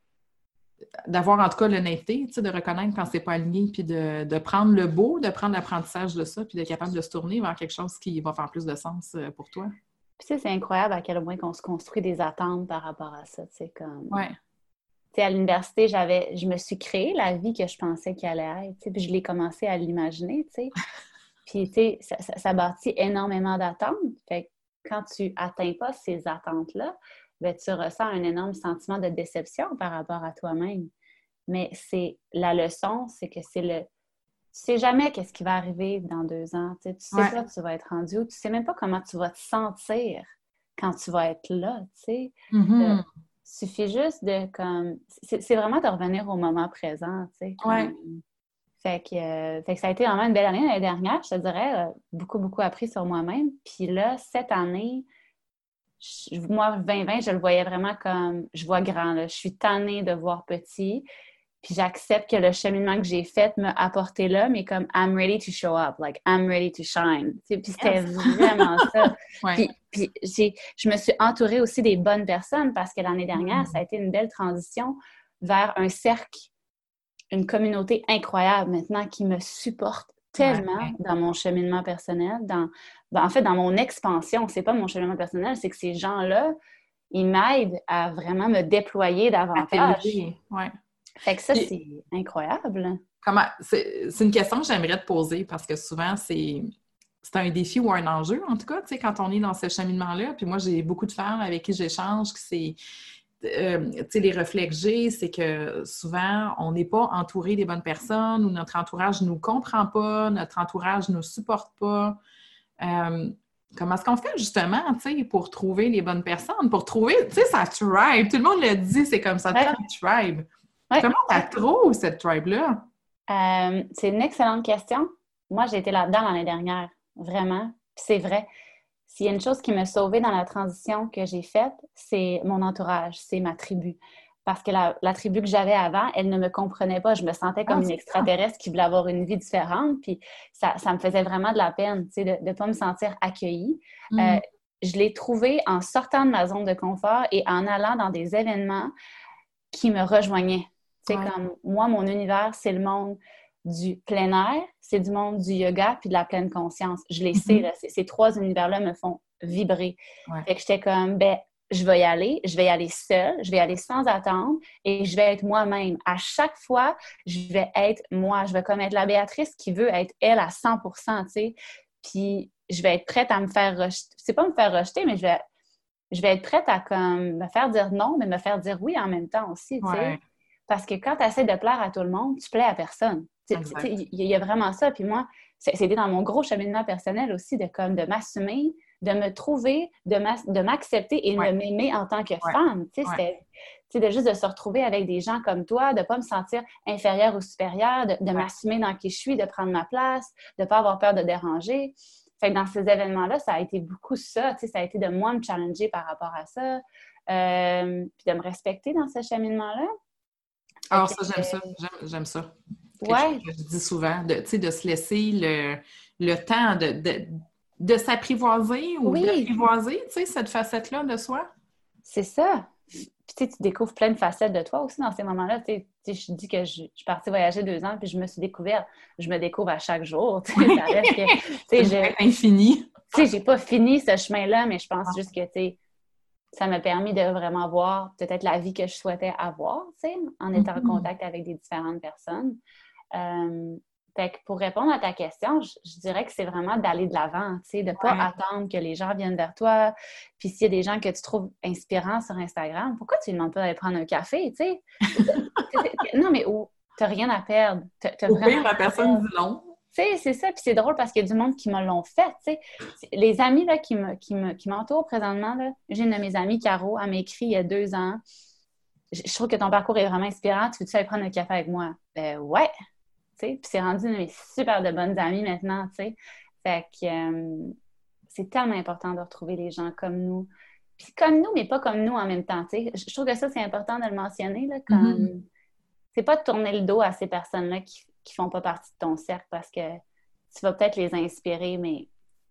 d'avoir en tout cas l'honnêteté, tu sais, de reconnaître quand c'est pas aligné, puis de, de prendre le beau, de prendre l'apprentissage de ça, puis d'être capable de se tourner vers quelque chose qui va faire plus de sens euh, pour toi. Puis tu sais, c'est incroyable à quel point qu'on se construit des attentes par rapport à ça, tu sais, comme... Ouais. Tu sais, à l'université, j'avais, je me suis créé la vie que je pensais qu'elle allait être, tu sais, puis je l'ai commencé à l'imaginer, tu sais. Puis, tu sais, ça, ça, ça bâtit énormément d'attentes. Fait que quand tu atteins pas ces attentes-là, ben, tu ressens un énorme sentiment de déception par rapport à toi-même. Mais c'est la leçon, c'est que c'est le... Tu sais jamais qu'est-ce qui va arriver dans deux ans. Tu sais, tu sais Ouais. pas tu vas être rendu où. Tu sais même pas comment tu vas te sentir quand tu vas être là, tu sais. Mhm. Euh, suffit juste de comme... C'est, c'est vraiment de revenir au moment présent, tu sais. Comme... Ouais. Fait que, euh, fait que ça a été vraiment une belle année l'année dernière, je te dirais. euh, beaucoup, beaucoup appris sur moi-même. Puis là, cette année, je- moi, vingt vingt, je le voyais vraiment comme... Je vois grand, là. Je suis tannée de voir petit. Puis j'accepte que le cheminement que j'ai fait m'a apporté là, mais comme I'm ready to show up, like I'm ready to shine. Tu sais, puis c'était Yes. vraiment ça. Ouais. Puis, puis j'ai, je me suis entourée aussi des bonnes personnes parce que l'année dernière, Mm. ça a été une belle transition vers un cercle, une communauté incroyable maintenant qui me supporte tellement Ouais. dans mon cheminement personnel, dans, ben, en fait, dans mon expansion. C'est pas mon cheminement personnel, c'est que ces gens-là, ils m'aident à vraiment me déployer À davantage. t'élever, ouais. Fait que ça, Puis, c'est incroyable. comment, c'est, c'est une question que j'aimerais te poser parce que souvent, c'est, c'est un défi ou un enjeu, en tout cas, tu sais, quand on est dans ce cheminement-là. Puis moi, j'ai beaucoup de femmes avec qui j'échange, que c'est, euh, tu sais, les reflets que j'ai, c'est que souvent, on n'est pas entouré des bonnes personnes ou notre entourage ne nous comprend pas, notre entourage ne nous supporte pas. Euh, comment est-ce qu'on fait justement, tu sais, pour trouver les bonnes personnes, pour trouver, tu sais, sa tribe. Tout le monde le dit, c'est comme ça, Ouais. prend une tribe. Ouais. Comment tu la trouves, cette tribe-là? Euh, c'est une excellente question. Moi, j'ai été là-dedans l'année dernière, vraiment. Puis c'est vrai. S'il y a une chose qui m'a sauvée dans la transition que j'ai faite, c'est mon entourage, c'est ma tribu. Parce que la, la tribu que j'avais avant, elle ne me comprenait pas. Je me sentais Ah, comme une c'est ça. extraterrestre qui voulait avoir une vie différente. Puis ça, ça me faisait vraiment de la peine, tu sais, de ne pas me sentir accueillie. Euh, Mm. je l'ai trouvé en sortant de ma zone de confort et en allant dans des événements qui me rejoignaient. Tu sais, Ouais. comme moi, mon univers, c'est le monde du plein air, c'est du monde du yoga puis de la pleine conscience. Je les sais, Mhm. là, ces, ces trois univers-là me font vibrer. Ouais. Fait que j'étais comme, ben, je vais y aller, je vais y aller seule, je vais y aller sans attendre et je vais être moi-même. À chaque fois, je vais être moi. Je vais comme être la Béatrice qui veut être elle à cent pour cent, tu sais. Puis je vais être prête à me faire rejeter. C'est pas me faire rejeter, mais je vais, je vais être prête à comme me faire dire non, mais me faire dire oui en même temps aussi, tu sais. Ouais. Parce que quand tu essaies de plaire à tout le monde, tu plais à personne. Tu sais, Exact. il y, y a vraiment ça. Puis moi, c'est- c'était dans mon gros cheminement personnel aussi de comme de m'assumer, de me trouver, de, m'as- de m'accepter et de Ouais. m'aimer en tant que Ouais. femme. Tu sais, Ouais. c'était tu sais, de juste de se retrouver avec des gens comme toi, de ne pas me sentir inférieure ou supérieure, de, de Ouais. m'assumer dans qui je suis, de prendre ma place, de ne pas avoir peur de déranger. Fait que dans ces événements-là, ça a été beaucoup ça. Tu sais, ça a été de moi me challenger par rapport à ça, euh, puis de me respecter dans ce cheminement-là. Fait Ah, que, ça, j'aime ça. euh, J'aime, j'aime ça. Quelque chose ouais, que je dis souvent, de, tu sais, de se laisser le, le temps de, de, de s'apprivoiser ou oui, d'apprivoiser, tu sais, cette facette-là de soi. c'est ça. Puis tu sais, tu découvres plein de facettes de toi aussi dans ces moments-là. Tu sais, tu sais, je dis que je, je suis partie voyager deux ans, puis je me suis découverte. Je me découvre à chaque jour. Tu sais, ça reste que, tu C'est sais, une je, quête infinie. tu sais, j'ai pas fini ce chemin-là, mais je pense Ah. juste que, tu sais, ça m'a permis de vraiment voir peut-être la vie que je souhaitais avoir, tu sais, en étant en Mhm. contact avec des différentes personnes. Euh, fait que pour répondre à ta question, je, je dirais que c'est vraiment d'aller de l'avant, tu sais, de ne pas Ouais. attendre que les gens viennent vers toi. Puis s'il y a des gens que tu trouves inspirants sur Instagram, pourquoi tu ne demandes pas d'aller prendre un café, tu sais? Non, mais oh, tu n'as rien à perdre. Tu n'as Au vraiment pire, la rien à personne perdre. dit non. Tu sais, c'est ça. Puis c'est drôle parce qu'il y a du monde qui me l'ont fait, tu sais. Les amis là, qui, me, qui, me, qui m'entourent présentement, là, j'ai une de mes amies, Caro, elle m'a écrit il y a deux ans. Je, je trouve que ton parcours est vraiment inspirant. Tu veux-tu aller prendre un café avec moi? Ben ouais. Tu sais, puis c'est rendu une de mes super de bonnes amies maintenant, tu sais. Fait que euh, c'est tellement important de retrouver les gens comme nous. Puis comme nous, mais pas comme nous en même temps, tu sais. Je je trouve que ça, c'est important de le mentionner, là, Mhm. comme... C'est pas de tourner le dos à ces personnes-là qui, qui font pas partie de ton cercle parce que tu vas peut-être les inspirer, mais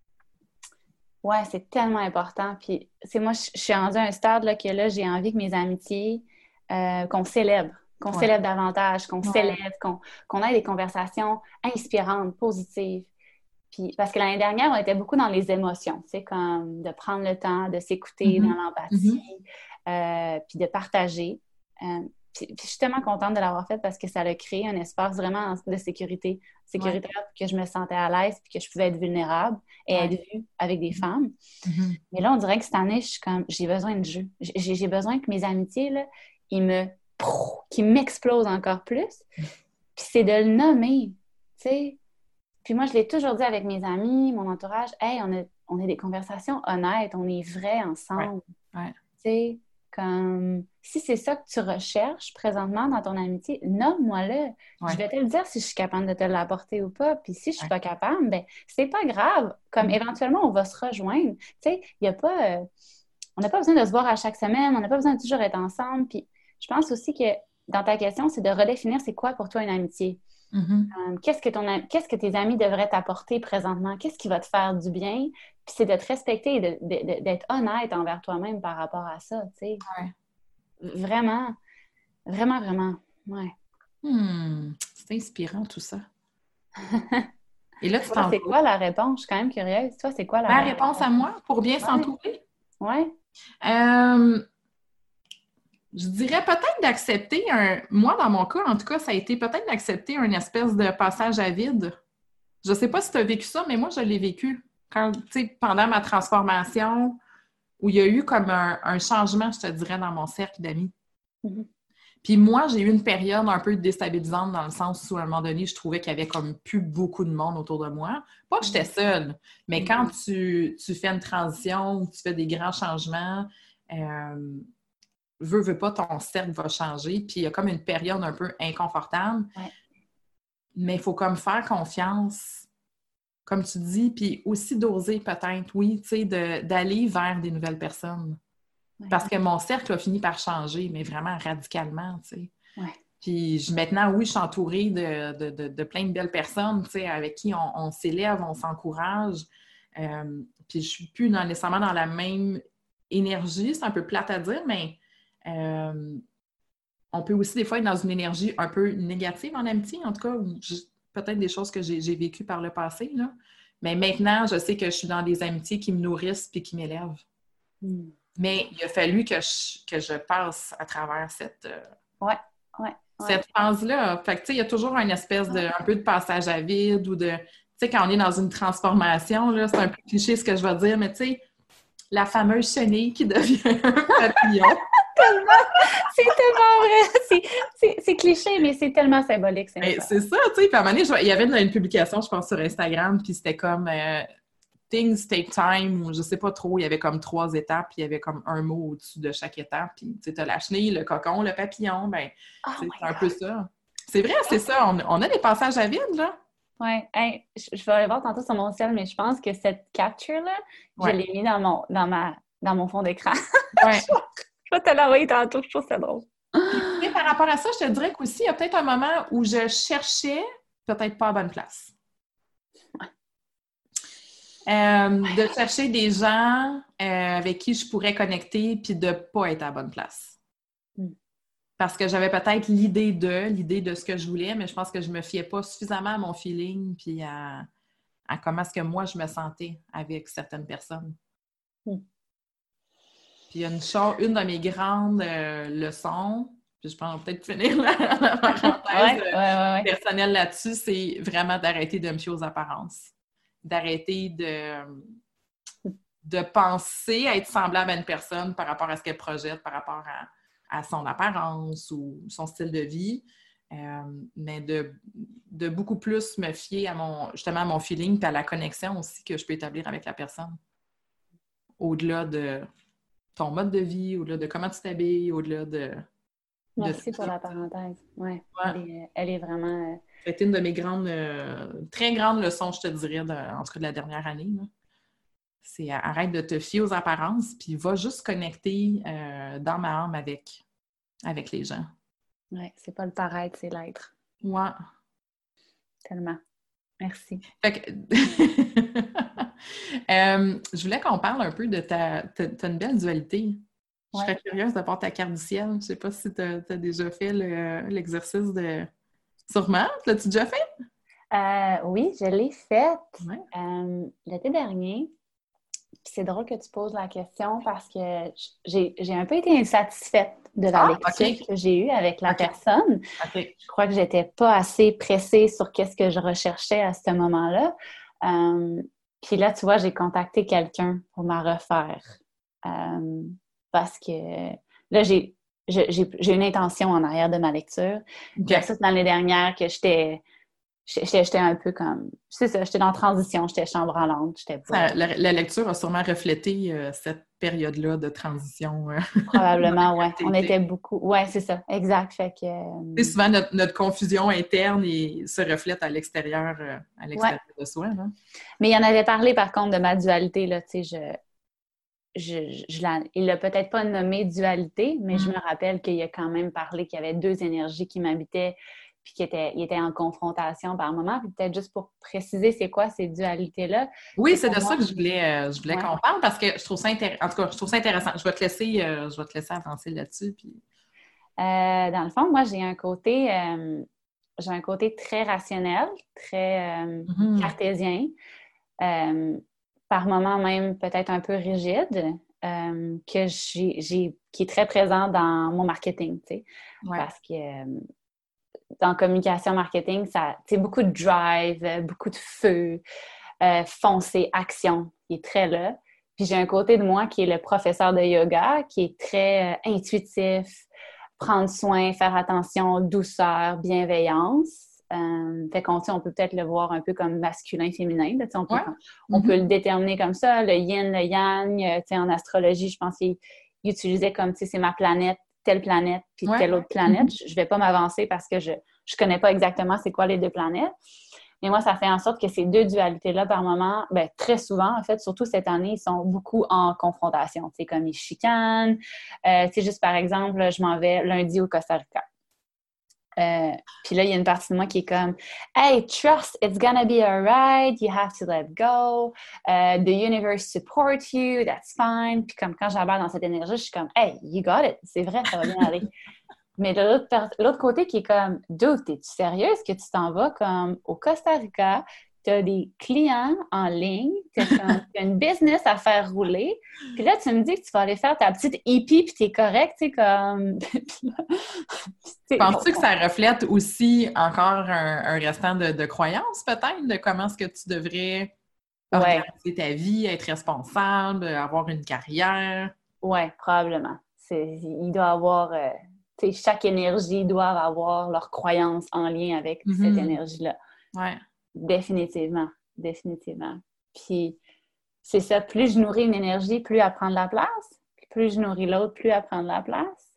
ouais, c'est tellement important. Puis, c'est moi, je je suis rendue à un stade là, que là, j'ai envie que mes amitiés, euh, qu'on célèbre, qu'on Ouais. célèbre davantage, qu'on Ouais. célèbre, qu'on qu'on ait des conversations inspirantes, positives. Puis, parce que l'année dernière, on était beaucoup dans les émotions, tu sais, comme de prendre le temps de s'écouter dans Mhm. l'empathie, Mhm. euh, puis de partager. Euh, puis, puis je suis tellement contente de l'avoir fait parce que ça a créé un espace vraiment de sécurité, Ouais. sécurité que je me sentais à l'aise, puis que je pouvais être vulnérable et Ouais. être vue avec des femmes. Mhm. Mais là, on dirait que cette année, je suis comme, j'ai besoin de jeu. J'ai, j'ai besoin que mes amitiés, là, ils me, qu'ils m'explosent encore plus. Puis c'est de le nommer, tu sais. Puis moi, je l'ai toujours dit avec mes amis, mon entourage, hey, on a, on a des conversations honnêtes, on est vrais Ouais. ensemble. Ouais. Tu sais, Comme, si c'est ça que tu recherches présentement dans ton amitié, nomme-moi-le. Ouais. Je vais te le dire si je suis capable de te l'apporter ou pas. Puis si je suis Ouais. pas capable, ben c'est pas grave. Comme, Mm. éventuellement, on va se rejoindre. Tu sais, il y a pas... euh, on n'a pas besoin de se voir à chaque semaine. On n'a pas besoin de toujours être ensemble. Puis je pense aussi que dans ta question, c'est de redéfinir c'est quoi pour toi une amitié. Mhm. Euh, qu'est-ce que ton, am- qu'est-ce que tes amis devraient t'apporter présentement? Qu'est-ce qui va te faire du bien? Puis c'est de te respecter et de- de- de- d'être honnête envers toi-même par rapport à ça, tu sais. Ouais. Vraiment, vraiment, vraiment. Ouais. Hmm. C'est inspirant tout ça. Et là, tu Toi, t'en c'est quoi la réponse? Je suis quand même curieuse. Toi, c'est quoi la Ma réponse? réponse à moi pour bien Ouais. s'entourer? Ouais. Euh, je dirais peut-être d'accepter un. Moi, dans mon cas, en tout cas, ça a été peut-être d'accepter une espèce de passage à vide. Je sais pas si tu as vécu ça, mais moi, je l'ai vécu. Quand, tu sais, pendant ma transformation, où il y a eu comme un, un changement, je te dirais, dans mon cercle d'amis. Mhm. Puis moi, j'ai eu une période un peu déstabilisante dans le sens où, à un moment donné, je trouvais qu'il y avait comme plus beaucoup de monde autour de moi. Pas que j'étais seule, mais Mhm. quand tu, tu fais une transition ou tu fais des grands changements, euh, veux, veux pas, ton cercle va changer. Puis il y a comme une période un peu inconfortable. Ouais. Mais il faut comme faire confiance, comme tu dis, puis aussi d'oser peut-être, oui, tu sais, de- d'aller vers des nouvelles personnes. Ouais. Parce que mon cercle a fini par changer, mais vraiment radicalement, tu sais. Ouais. Puis je- maintenant, oui, je suis entourée de, de, de, de plein de belles personnes, tu sais, avec qui on, on s'élève, on s'encourage. Euh, puis je suis plus dans- nécessairement dans la même énergie, c'est un peu plate à dire, mais euh, on peut aussi des fois être dans une énergie un peu négative en amitié, en tout cas, ou je- peut-être des choses que j'ai j'ai vécues par le passé, là. Mais maintenant, je sais que je suis dans des amitiés qui me nourrissent puis qui m'élèvent. Mhm. Mais il a fallu que je, que je passe à travers cette, euh, Ouais. Ouais. Ouais. cette phase-là. Fait que, tu sais, il y a toujours une espèce de, un peu de passage à vide ou de, tu sais, quand on est dans une transformation, là, c'est un peu cliché ce que je vais dire, mais tu sais, la fameuse chenille qui devient un papillon. Tellement, c'est tellement vrai. C'est, c'est, c'est cliché, mais c'est tellement symbolique, c'est Ben, incroyable. c'est ça, tu sais. Puis à un moment donné, je vois- il y avait une, une publication, je pense, sur Instagram, puis c'était comme euh, Things take time, ou je sais pas trop, il y avait comme trois étapes, puis il y avait comme un mot au-dessus de chaque étape. Puis tu sais, t'as la chenille, le cocon, le papillon, ben, Oh tu sais, my c'est un God. peu ça. C'est vrai, c'est ça. On, on a des passages à vide, là. Ouais, hey, je, je vais aller voir tantôt sur mon ciel, mais je pense que cette capture-là, je Ouais. l'ai mis dans mon, dans ma, dans mon fond d'écran. Ouais. Je vais te l'envoyer tantôt, je trouve ça drôle. Puis, tu sais, par rapport à ça, je te dirais qu'aussi, il y a peut-être un moment où je cherchais peut-être pas à bonne place. Euh, de chercher des gens euh, avec qui je pourrais connecter puis de pas être à la bonne place. Mm. Parce que j'avais peut-être l'idée de, l'idée de ce que je voulais, mais je pense que je me fiais pas suffisamment à mon feeling puis à, à comment est-ce que moi je me sentais avec certaines personnes. Mm. Puis il y a une chose, une de mes grandes euh, leçons, puis je pense peut-être finir la, la parenthèse Ouais, euh, ouais, ouais, ouais. personnelle là-dessus, c'est vraiment d'arrêter de me fier aux apparences. D'arrêter de, de penser être semblable à une personne par rapport à ce qu'elle projette, par rapport à, à son apparence ou son style de vie, euh, mais de, de beaucoup plus me fier à mon, justement à mon feeling et à la connexion aussi que je peux établir avec la personne. Au-delà de ton mode de vie, au-delà de comment tu t'habilles, au-delà de... Merci de pour la parenthèse. Ouais, Ouais. elle est, elle est vraiment... euh, Ça a été une de mes grandes, euh, très grandes leçons, je te dirais, de, en tout cas de la dernière année, là. C'est euh, arrête de te fier aux apparences, puis va juste connecter euh, dans ma âme avec, avec les gens. Ouais, c'est pas le paraître, c'est l'être. Ouais. Tellement. Merci. Fait que... euh, je voulais qu'on parle un peu de ta... T'as t'as une belle dualité. Je Ouais. serais curieuse de voir ta carte du ciel. Je sais pas si tu as déjà fait le- l'exercice de... Sûrement? L'as-tu déjà fait? Euh, oui, je l'ai faite Ouais. euh, l'été dernier. Puis c'est drôle que tu poses la question parce que j'ai, j'ai un peu été insatisfaite de la Ah, lecture OK. que j'ai eue avec la OK. personne. OK. Je crois que j'étais pas assez pressée sur qu'est-ce que je recherchais à ce moment-là. Euh, puis là, tu vois, j'ai contacté quelqu'un pour m'en refaire. Euh, parce que là, j'ai, j'ai, j'ai une intention en arrière de ma lecture. OK. Versus l'année dernière que j'étais J'étais, j'étais un peu comme... C'est ça, j'étais dans la transition, j'étais chambranlante, j'étais pas... Ça, la, la lecture a sûrement reflété euh, cette période-là de transition euh, Probablement, dans ouais. laquelle On t'étais. était beaucoup... Ouais, c'est ça, exact. Fait que... Tu euh, sais, souvent, notre, notre confusion interne et, se reflète à l'extérieur, euh, à Ouais. l'extérieur de soi. Là. Mais il en avait parlé, par contre, de ma dualité, là, tu sais, je... Je, je, je la- il l'a peut-être pas nommé dualité, mais je Mm. me rappelle qu'il a quand même parlé qu'il y avait deux énergies qui m'habitaient puis qu'il était, il était en confrontation par moment. Puis peut-être juste pour préciser c'est quoi ces dualités-là, Oui, c'est c'est pour de ça moi. que je voulais, euh, je voulais Ouais. qu'on parle parce que je trouve ça intéressant. En tout cas, je trouve ça intéressant. Je vais te laisser, euh, je vais te laisser avancer là-dessus. Puis... Euh, dans le fond, moi, j'ai un côté, euh, j'ai un côté très rationnel, très euh, Mhm. cartésien, euh, par moments même peut-être un peu rigide, euh, que j'ai, j'ai- qui est très présent dans mon marketing, tu sais, Ouais. parce que euh, en communication marketing, ça, tu sais, beaucoup de drive, euh, beaucoup de feu, euh, foncer, action, qui est très là. Puis j'ai un côté de moi qui est le professeur de yoga, qui est très euh, intuitif, prendre soin, faire attention, douceur, bienveillance. Euh, fait qu'on, tu sais, on peut peut-être le voir un peu comme masculin, féminin. Là, tu sais, on peut, Ouais. on peut Mhm. le déterminer comme ça, le yin, le yang. euh, tu sais, en astrologie, je pense qu'il il utilisait comme, tu sais, c'est ma planète, telle planète, puis Ouais. telle autre planète. Mhm. Je ne vais pas m'avancer parce que je ne connais pas exactement c'est quoi les deux planètes. Mais moi, ça fait en sorte que ces deux dualités-là, par moment, ben, très souvent, en fait, surtout cette année, ils sont beaucoup en confrontation. Tu sais, comme ils chicanent. Euh, tu sais, juste par exemple, je m'en vais lundi au Costa Rica. Euh, puis là, il y a une partie de moi qui est comme Hey, trust, it's gonna be alright, you have to let go, uh, the universe support you, that's fine. Puis comme quand j'embarque dans cette énergie, je suis comme Hey, you got it, c'est vrai, ça va bien aller. Mais de l'autre, l'autre côté qui est comme Dude, t'es-tu sérieux? Est-ce que tu t'en vas comme au Costa Rica? Tu as des clients en ligne, tu as une business à faire rouler, puis là, tu me dis que tu vas aller faire ta petite hippie, puis t'es correct, tu sais, comme... Penses-tu que ça reflète aussi encore un, un restant de, de croyances, peut-être, de comment est-ce que tu devrais Ouais, organiser ta vie, être responsable, avoir une carrière? ouais, probablement. C'est, il doit avoir... euh, tu sais, chaque énergie doit avoir leur croyance en lien avec cette Mhm. énergie-là. Ouais. Définitivement, définitivement. Puis c'est ça, plus je nourris une énergie, plus elle prend de la place. Puis plus je nourris l'autre, plus elle prend de la place.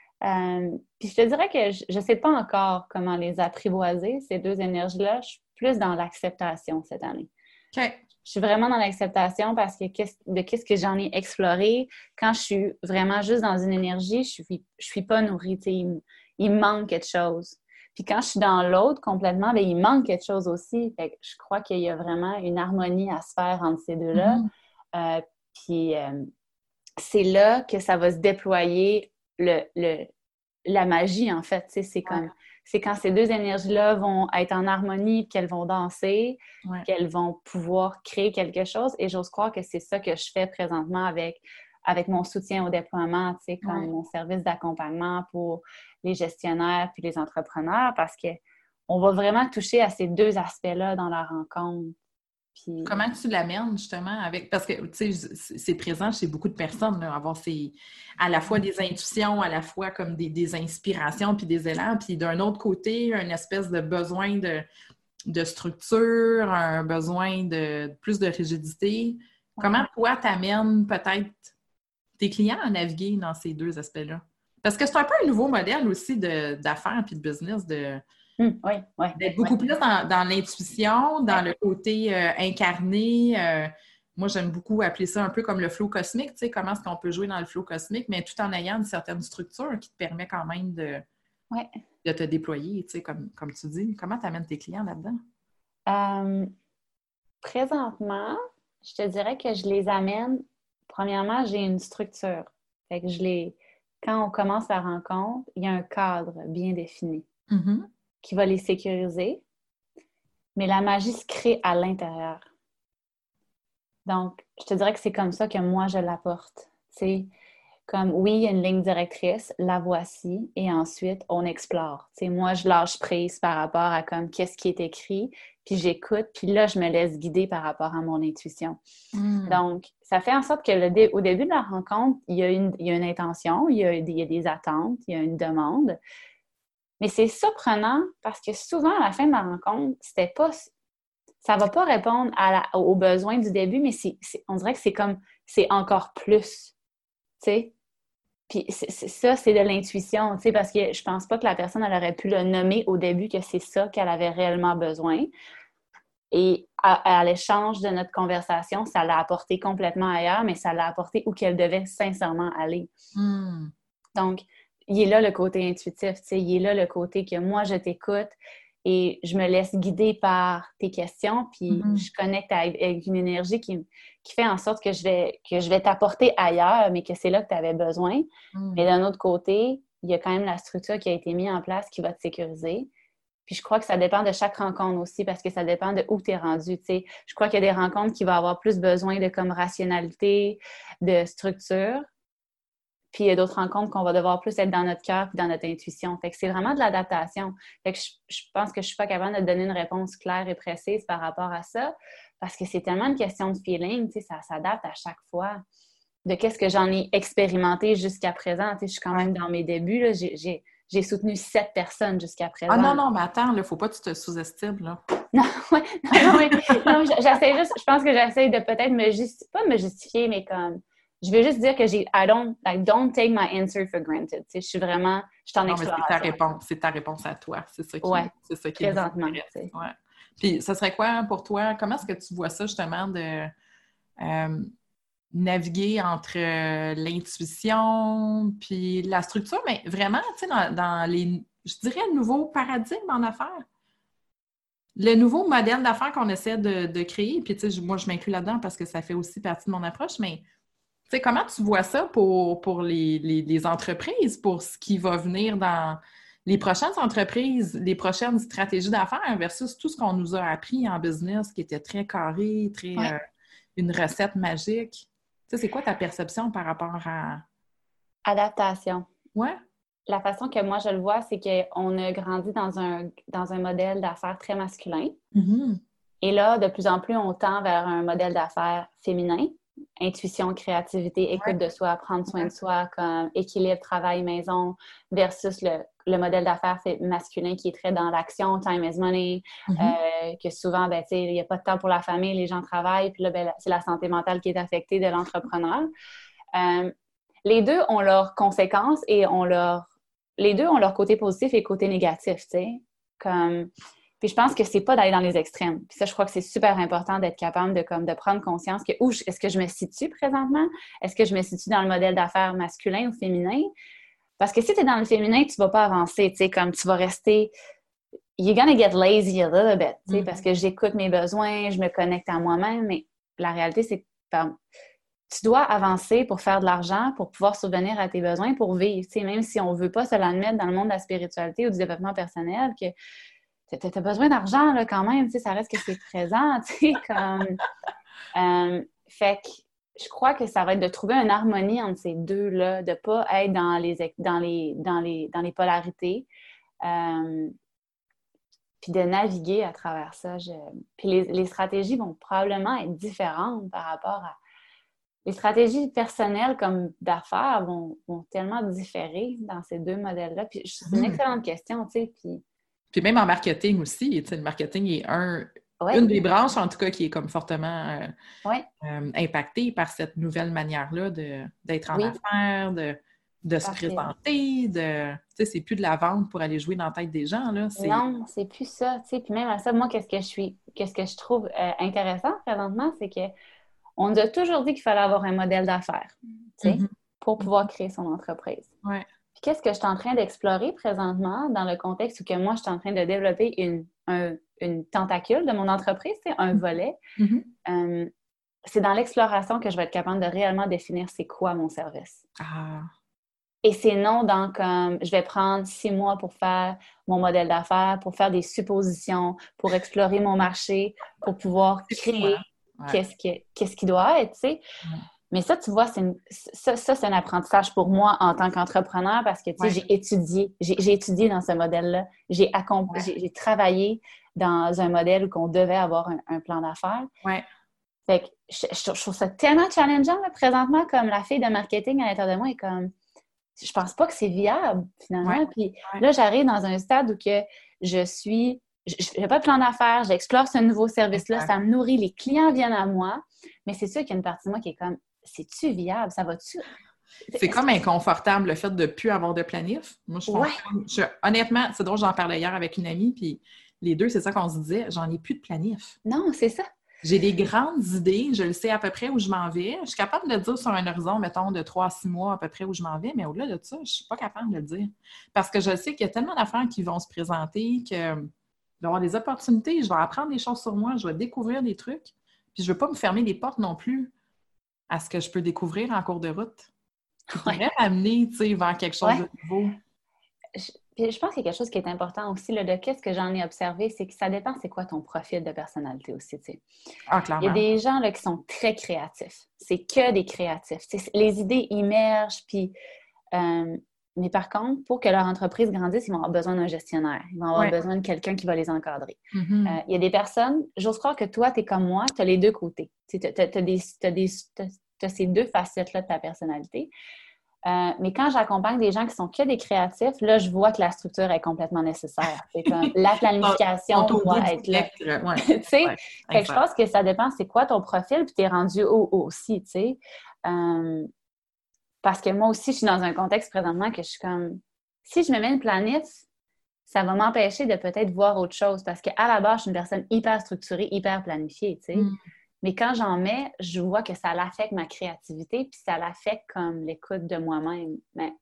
Euh, puis je te dirais que je ne sais pas encore comment les apprivoiser, ces deux énergies-là. Je suis plus dans l'acceptation cette année. OK. Je suis vraiment dans l'acceptation parce que qu'est-ce- de qu'est-ce que j'en ai exploré, quand je suis vraiment juste dans une énergie, je suis, je suis pas nourrie. Tu sais, il, me- il me manque quelque chose. Puis quand je suis dans l'autre complètement, bien, il manque quelque chose aussi. Fait que je crois qu'il y a vraiment une harmonie à se faire entre ces deux-là. Mhm. Euh, puis euh, c'est là que ça va se déployer le, le- la magie, en fait. Tu sais, c'est Ouais. comme, c'est quand ces deux énergies-là vont être en harmonie, qu'elles vont danser, Ouais. qu'elles vont pouvoir créer quelque chose. Et j'ose croire que c'est ça que je fais présentement avec, avec mon soutien au déploiement, tu sais, comme Ouais. mon service d'accompagnement pour les gestionnaires puis les entrepreneurs, parce que on va vraiment toucher à ces deux aspects-là dans la rencontre. Puis, Comment tu l'amènes justement avec. Parce que, tu sais, c'est présent chez beaucoup de personnes, là, avoir ces, à la fois des intuitions, à la fois comme des, des inspirations, puis des élans, puis d'un autre côté, une espèce de besoin de, de structure, un besoin de plus de rigidité. Comment toi, t'amènes peut-être tes clients à naviguer dans ces deux aspects-là? Parce que c'est un peu un nouveau modèle aussi de- d'affaires puis de business, de, hum, oui, oui, d'être oui. beaucoup plus dans, dans l'intuition, dans le côté euh, incarné. Euh, moi, j'aime beaucoup appeler ça un peu comme le flow cosmique, tu sais, comment est-ce qu'on peut jouer dans le flow cosmique, mais tout en ayant une certaine structure qui te permet quand même de, Ouais. de te déployer, tu sais, comme, comme tu dis. Comment tu amènes tes clients là-dedans? Euh, présentement, je te dirais que je les amène. Premièrement, j'ai une structure. Fait que je les... Quand on commence la rencontre, il y a un cadre bien défini Mhm. qui va les sécuriser, mais la magie se crée à l'intérieur. Donc, je te dirais que c'est comme ça que moi, je l'apporte. C'est comme, oui, il y a une ligne directrice, la voici, et ensuite, on explore. Tu sais, moi, je lâche prise par rapport à comme qu'est-ce qui est écrit, puis j'écoute, puis là, je me laisse guider par rapport à mon intuition. Mm. Donc, ça fait en sorte que le dé- au début de la rencontre, il y a une, il y a une intention, il y a, il y a des attentes, il y a une demande. Mais c'est surprenant parce que souvent, à la fin de la rencontre, c'était pas... Ça va pas répondre à la, aux besoins du début, mais c'est, c'est, on dirait que c'est comme... C'est encore plus, tu sais. Puis c'est, c'est, ça, c'est de l'intuition, tu sais, parce que je pense pas que la personne, elle aurait pu le nommer au début que c'est ça qu'elle avait réellement besoin. Et à, à l'échange de notre conversation, ça l'a apporté complètement ailleurs, mais ça l'a apporté où qu'elle devait sincèrement aller. Mm. Donc, il est là le côté intuitif, tu sais, il est là le côté que moi, je t'écoute et je me laisse guider par tes questions, puis Mm-hmm. je connecte avec, avec une énergie qui, qui fait en sorte que je vais, que je vais t'apporter ailleurs, mais que c'est là que tu avais besoin. Mm. Mais d'un autre côté, il y a quand même la structure qui a été mise en place qui va te sécuriser. Puis je crois que ça dépend de chaque rencontre aussi, parce que ça dépend de où tu es rendu, tu sais. Je crois qu'il y a des rencontres qui vont avoir plus besoin de comme rationalité, de structure. Puis il y a d'autres rencontres qu'on va devoir plus être dans notre cœur et dans notre intuition. Fait que c'est vraiment de l'adaptation. Fait que je, je pense que je suis pas capable de donner une réponse claire et précise par rapport à ça, parce que c'est tellement une question de feeling, tu sais, ça s'adapte à chaque fois. De qu'est-ce que j'en ai expérimenté jusqu'à présent. Tu sais, je suis quand même dans mes débuts, là. J'ai, j'ai, j'ai soutenu sept personnes jusqu'à présent. Ah non, non, mais attends, il faut pas que tu te sous-estimes, là. Non, ouais, non, ouais, non, j'essaie juste, je pense que j'essaie de peut-être me justifier, pas me justifier, mais comme... Je veux juste dire que j'ai I don't like don't take my answer for granted. Tu sais, je suis vraiment je suis en Non, mais exploration. c'est ta réponse, c'est ta réponse à toi. C'est ça qui, ouais, c'est ça qui présentement. Ouais. Puis, ça serait quoi pour toi? Comment est-ce que tu vois ça, justement, de euh, naviguer entre euh, l'intuition puis la structure, mais vraiment, tu sais, dans, dans les, je dirais, nouveaux paradigmes en affaires? Le nouveau modèle d'affaires qu'on essaie de, de créer, puis tu sais, moi, je m'inclus là-dedans parce que ça fait aussi partie de mon approche, mais tu sais, comment tu vois ça pour, pour les, les, les entreprises, pour ce qui va venir dans les prochaines entreprises, les prochaines stratégies d'affaires versus tout ce qu'on nous a appris en business qui était très carré, très ouais. euh, une recette magique. Tu sais, c'est quoi ta perception par rapport à... Adaptation. Ouais. La façon que moi je le vois, c'est qu'on a grandi dans un, dans un modèle d'affaires très masculin. Mm-hmm. Et là, de plus en plus, on tend vers un modèle d'affaires féminin. Intuition, créativité, écoute Ouais. de soi, prendre soin Ouais. de soi, comme équilibre, travail, maison, versus le, le modèle d'affaires masculin qui est très dans l'action, time is money, Mm-hmm. euh, que souvent, ben, tu sais, il n'y a pas de temps pour la famille, les gens travaillent, puis là, ben, c'est la santé mentale qui est affectée de l'entrepreneur. Euh, les deux ont leurs conséquences et ont leur... les deux ont leur côté positif et côté négatif, tu sais, comme... Puis je pense que c'est pas d'aller dans les extrêmes. Puis ça, je crois que c'est super important d'être capable de, comme, de prendre conscience que où est-ce que je me situe présentement? Est-ce que je me situe dans le modèle d'affaires masculin ou féminin? Parce que si tu es dans le féminin, tu vas pas avancer, tu sais, comme tu vas rester... You're gonna get lazy a little bit, tu sais, mm-hmm. parce que j'écoute mes besoins, je me connecte à moi-même, mais la réalité, c'est que tu dois avancer pour faire de l'argent, pour pouvoir subvenir à tes besoins, pour vivre, tu sais, même si on veut pas se l'admettre dans le monde de la spiritualité ou du développement personnel, que tu as besoin d'argent, là, quand même, tu sais, ça reste que c'est présent, tu sais, comme... Euh, fait que je crois que ça va être de trouver une harmonie entre ces deux-là, de ne pas être dans les, dans les, dans les, dans les polarités, euh, puis de naviguer à travers ça. Je... Puis les, les stratégies vont probablement être différentes par rapport à... Les stratégies personnelles comme d'affaires vont, vont tellement différer dans ces deux modèles-là. Puis c'est une excellente question, tu sais, puis... Puis même en marketing aussi, tu sais, le marketing est un, ouais. une des branches, en tout cas, qui est comme fortement euh, ouais. euh, impactée par cette nouvelle manière-là de, d'être en oui. affaires, de, de se présenter, de... Tu sais, c'est plus de la vente pour aller jouer dans la tête des gens, là. C'est... Non, c'est plus ça, tu sais. Puis même à ça, moi, qu'est-ce que je suis... Qu'est-ce que je trouve euh, intéressant présentement, c'est que on nous a toujours dit qu'il fallait avoir un modèle d'affaires, tu sais, mm-hmm. pour pouvoir créer son entreprise. Ouais. Puis qu'est-ce que je suis en train d'explorer présentement dans le contexte où que moi, je suis en train de développer une, un, une tentacule de mon entreprise, c'est un volet. Mm-hmm. Euh, c'est dans l'exploration que je vais être capable de réellement définir c'est quoi mon service. Ah. Et c'est non dans comme je vais prendre six mois pour faire mon modèle d'affaires, pour faire des suppositions, pour explorer mon marché, pour pouvoir créer ouais. qu'est-ce, qui, qu'est-ce qui doit être, tu sais. Ouais. Mais ça, tu vois, c'est une, ça, ça, c'est un apprentissage pour moi en tant qu'entrepreneur parce que, tu sais, ouais. j'ai étudié, j'ai, j'ai étudié dans ce modèle-là. J'ai, accompli, ouais. j'ai, j'ai travaillé dans un modèle où on devait avoir un, un plan d'affaires. Ouais. Fait que je, je, je trouve ça tellement challengeant, là, présentement, comme la fille de marketing à l'intérieur de moi est comme, je pense pas que c'est viable, finalement. Ouais, Puis ouais. là, j'arrive dans un stade où que je suis... Je n'ai pas de plan d'affaires, j'explore ce nouveau service-là, Exact. ça me nourrit, les clients viennent à moi, mais c'est sûr qu'il y a une partie de moi qui est comme, c'est-tu viable? Ça va-tu? C'est Est-ce comme que... inconfortable le fait de ne plus avoir de planif. Moi, je Ouais, fonctionne. Je, honnêtement, c'est drôle, j'en parlais hier avec une amie, puis les deux, c'est ça qu'on se disait, j'en ai plus de planif. non, c'est ça. J'ai des grandes idées, je le sais à peu près où je m'en vais. Je suis capable de le dire sur un horizon, mettons, de trois à six mois à peu près où je m'en vais, mais au-delà de ça, je ne suis pas capable de le dire. Parce que je sais qu'il y a tellement d'affaires qui vont se présenter que je vais avoir des opportunités, je vais apprendre des choses sur moi, je vais découvrir des trucs, puis je ne veux pas me fermer les portes non plus à ce que je peux découvrir en cours de route, qui Ouais, pourrait m'amener, tu sais, vers quelque chose ouais. de nouveau. Je, puis je pense qu'il y a quelque chose qui est important aussi, là, de qu'est-ce que j'en ai observé, c'est que ça dépend c'est quoi ton profil de personnalité aussi, tu sais. Ah, Il y a clairement. des gens là, qui sont très créatifs. C'est que des créatifs. Tu sais, les idées immergent, puis... euh, mais par contre, pour que leur entreprise grandisse, ils vont avoir besoin d'un gestionnaire. Ils vont avoir Ouais. besoin de quelqu'un qui va les encadrer. Mhm. Euh, il y a des personnes, j'ose croire que toi, tu es comme moi, tu as les deux côtés. Tu as ces deux facettes-là de ta personnalité. Euh, mais quand j'accompagne des gens qui sont que des créatifs, là, je vois que la structure est complètement nécessaire. C'est comme la planification Sont au bout doit du être là. spectre. Ouais. Tu sais, Ouais. fait que je Exact. pense que ça dépend c'est quoi ton profil, puis tu es rendu où aussi, tu sais. Euh, parce que moi aussi, je suis dans un contexte présentement que je suis comme, si je me mets une planif, ça va m'empêcher de peut-être voir autre chose parce qu'à la base, je suis une personne hyper structurée, hyper planifiée, tu sais. Mm. Mais quand j'en mets, je vois que ça l'affecte ma créativité puis ça l'affecte comme l'écoute de moi-même. Mais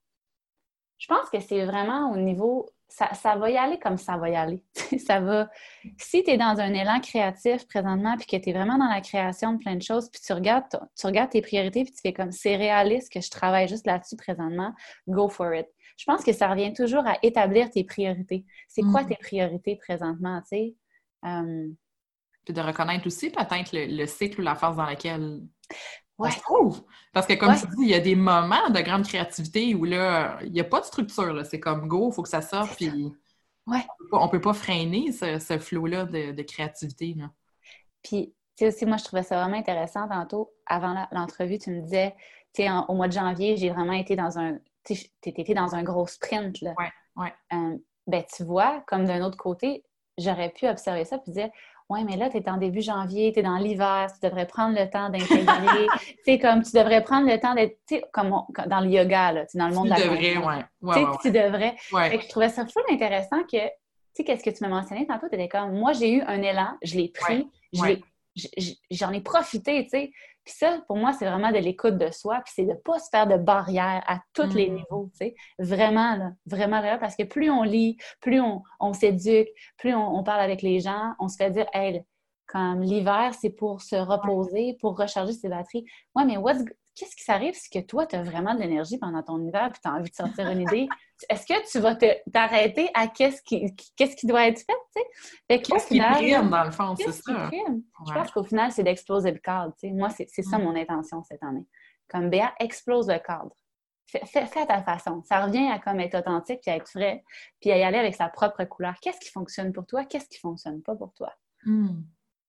je pense que c'est vraiment au niveau... Ça, ça va y aller comme ça va y aller. ça va... Si tu es dans un élan créatif présentement puis que tu es vraiment dans la création de plein de choses puis tu regardes, tu regardes tes priorités puis tu fais comme c'est réaliste que je travaille juste là-dessus présentement, go for it. Je pense que ça revient toujours à établir tes priorités. C'est quoi Mm. tes priorités présentement, tu sais? Euh... Puis de reconnaître aussi peut-être le, le cycle ou la phase dans laquelle on Ouais, se trouve. Parce que comme ouais, tu dis, il y a des moments de grande créativité où là, il n'y a pas de structure. Là. C'est comme go, il faut que ça sorte, c'est ça. puis Ouais. on ne peut pas freiner ce, ce flow-là de, de créativité. Là. Puis, tu sais aussi, moi, je trouvais ça vraiment intéressant tantôt. Avant la- l'entrevue, tu me disais, tu sais, en- au mois de janvier, j'ai vraiment été dans un, tu sais, t'étais dans un gros sprint, là. Ouais, ouais. Euh, ben, tu vois, comme d'un autre côté, j'aurais pu observer ça puis dire, ouais, mais là, tu es en début janvier, tu es dans l'hiver, tu devrais prendre le temps d'intégrer. Tu sais, comme tu devrais prendre le temps d'être, tu sais, comme on- comme dans le yoga, là, tu sais, dans le monde Tu de la devrais, conscience. ouais. Ouais, Tu ouais, sais, tu devrais. ouais. Fait que je trouvais ça full intéressant que, tu sais, qu'est-ce que tu m'as mentionné tantôt, tu étais comme, moi, j'ai eu un élan, je l'ai Ouais, pris, je ouais. l'ai, j- j- j'en ai profité, tu sais. Puis ça, pour moi, c'est vraiment de l'écoute de soi, puis c'est de ne pas se faire de barrières à tous les Mm. niveaux, tu sais. Vraiment, là, vraiment, vraiment, parce que plus on lit, plus on, on s'éduque, plus on, on parle avec les gens, on se fait dire, hey, comme l'hiver, c'est pour se reposer, pour recharger ses batteries. Ouais, mais what's, qu'est-ce qui s'arrive si que toi, tu as vraiment de l'énergie pendant ton hiver puis tu as envie de sortir une idée? Est-ce que tu vas te, t'arrêter à qu'est-ce qui, qu'est-ce qui doit être fait, tu sais? Fait qu'au Qu'est-ce qui final, là, prime, dans le fond, c'est qu'est-ce qui ça? prime? Je Ouais. pense qu'au final, c'est d'exploser le cadre, tu sais. Moi, c'est, c'est ça Mm. mon intention cette année. Comme Béa, explose le cadre. Fais, fais, fais à ta façon. Ça revient à comme être authentique puis à être vrai, puis à y aller avec sa propre couleur. Qu'est-ce qui fonctionne pour toi? Qu'est-ce qui fonctionne pas pour toi? Mm.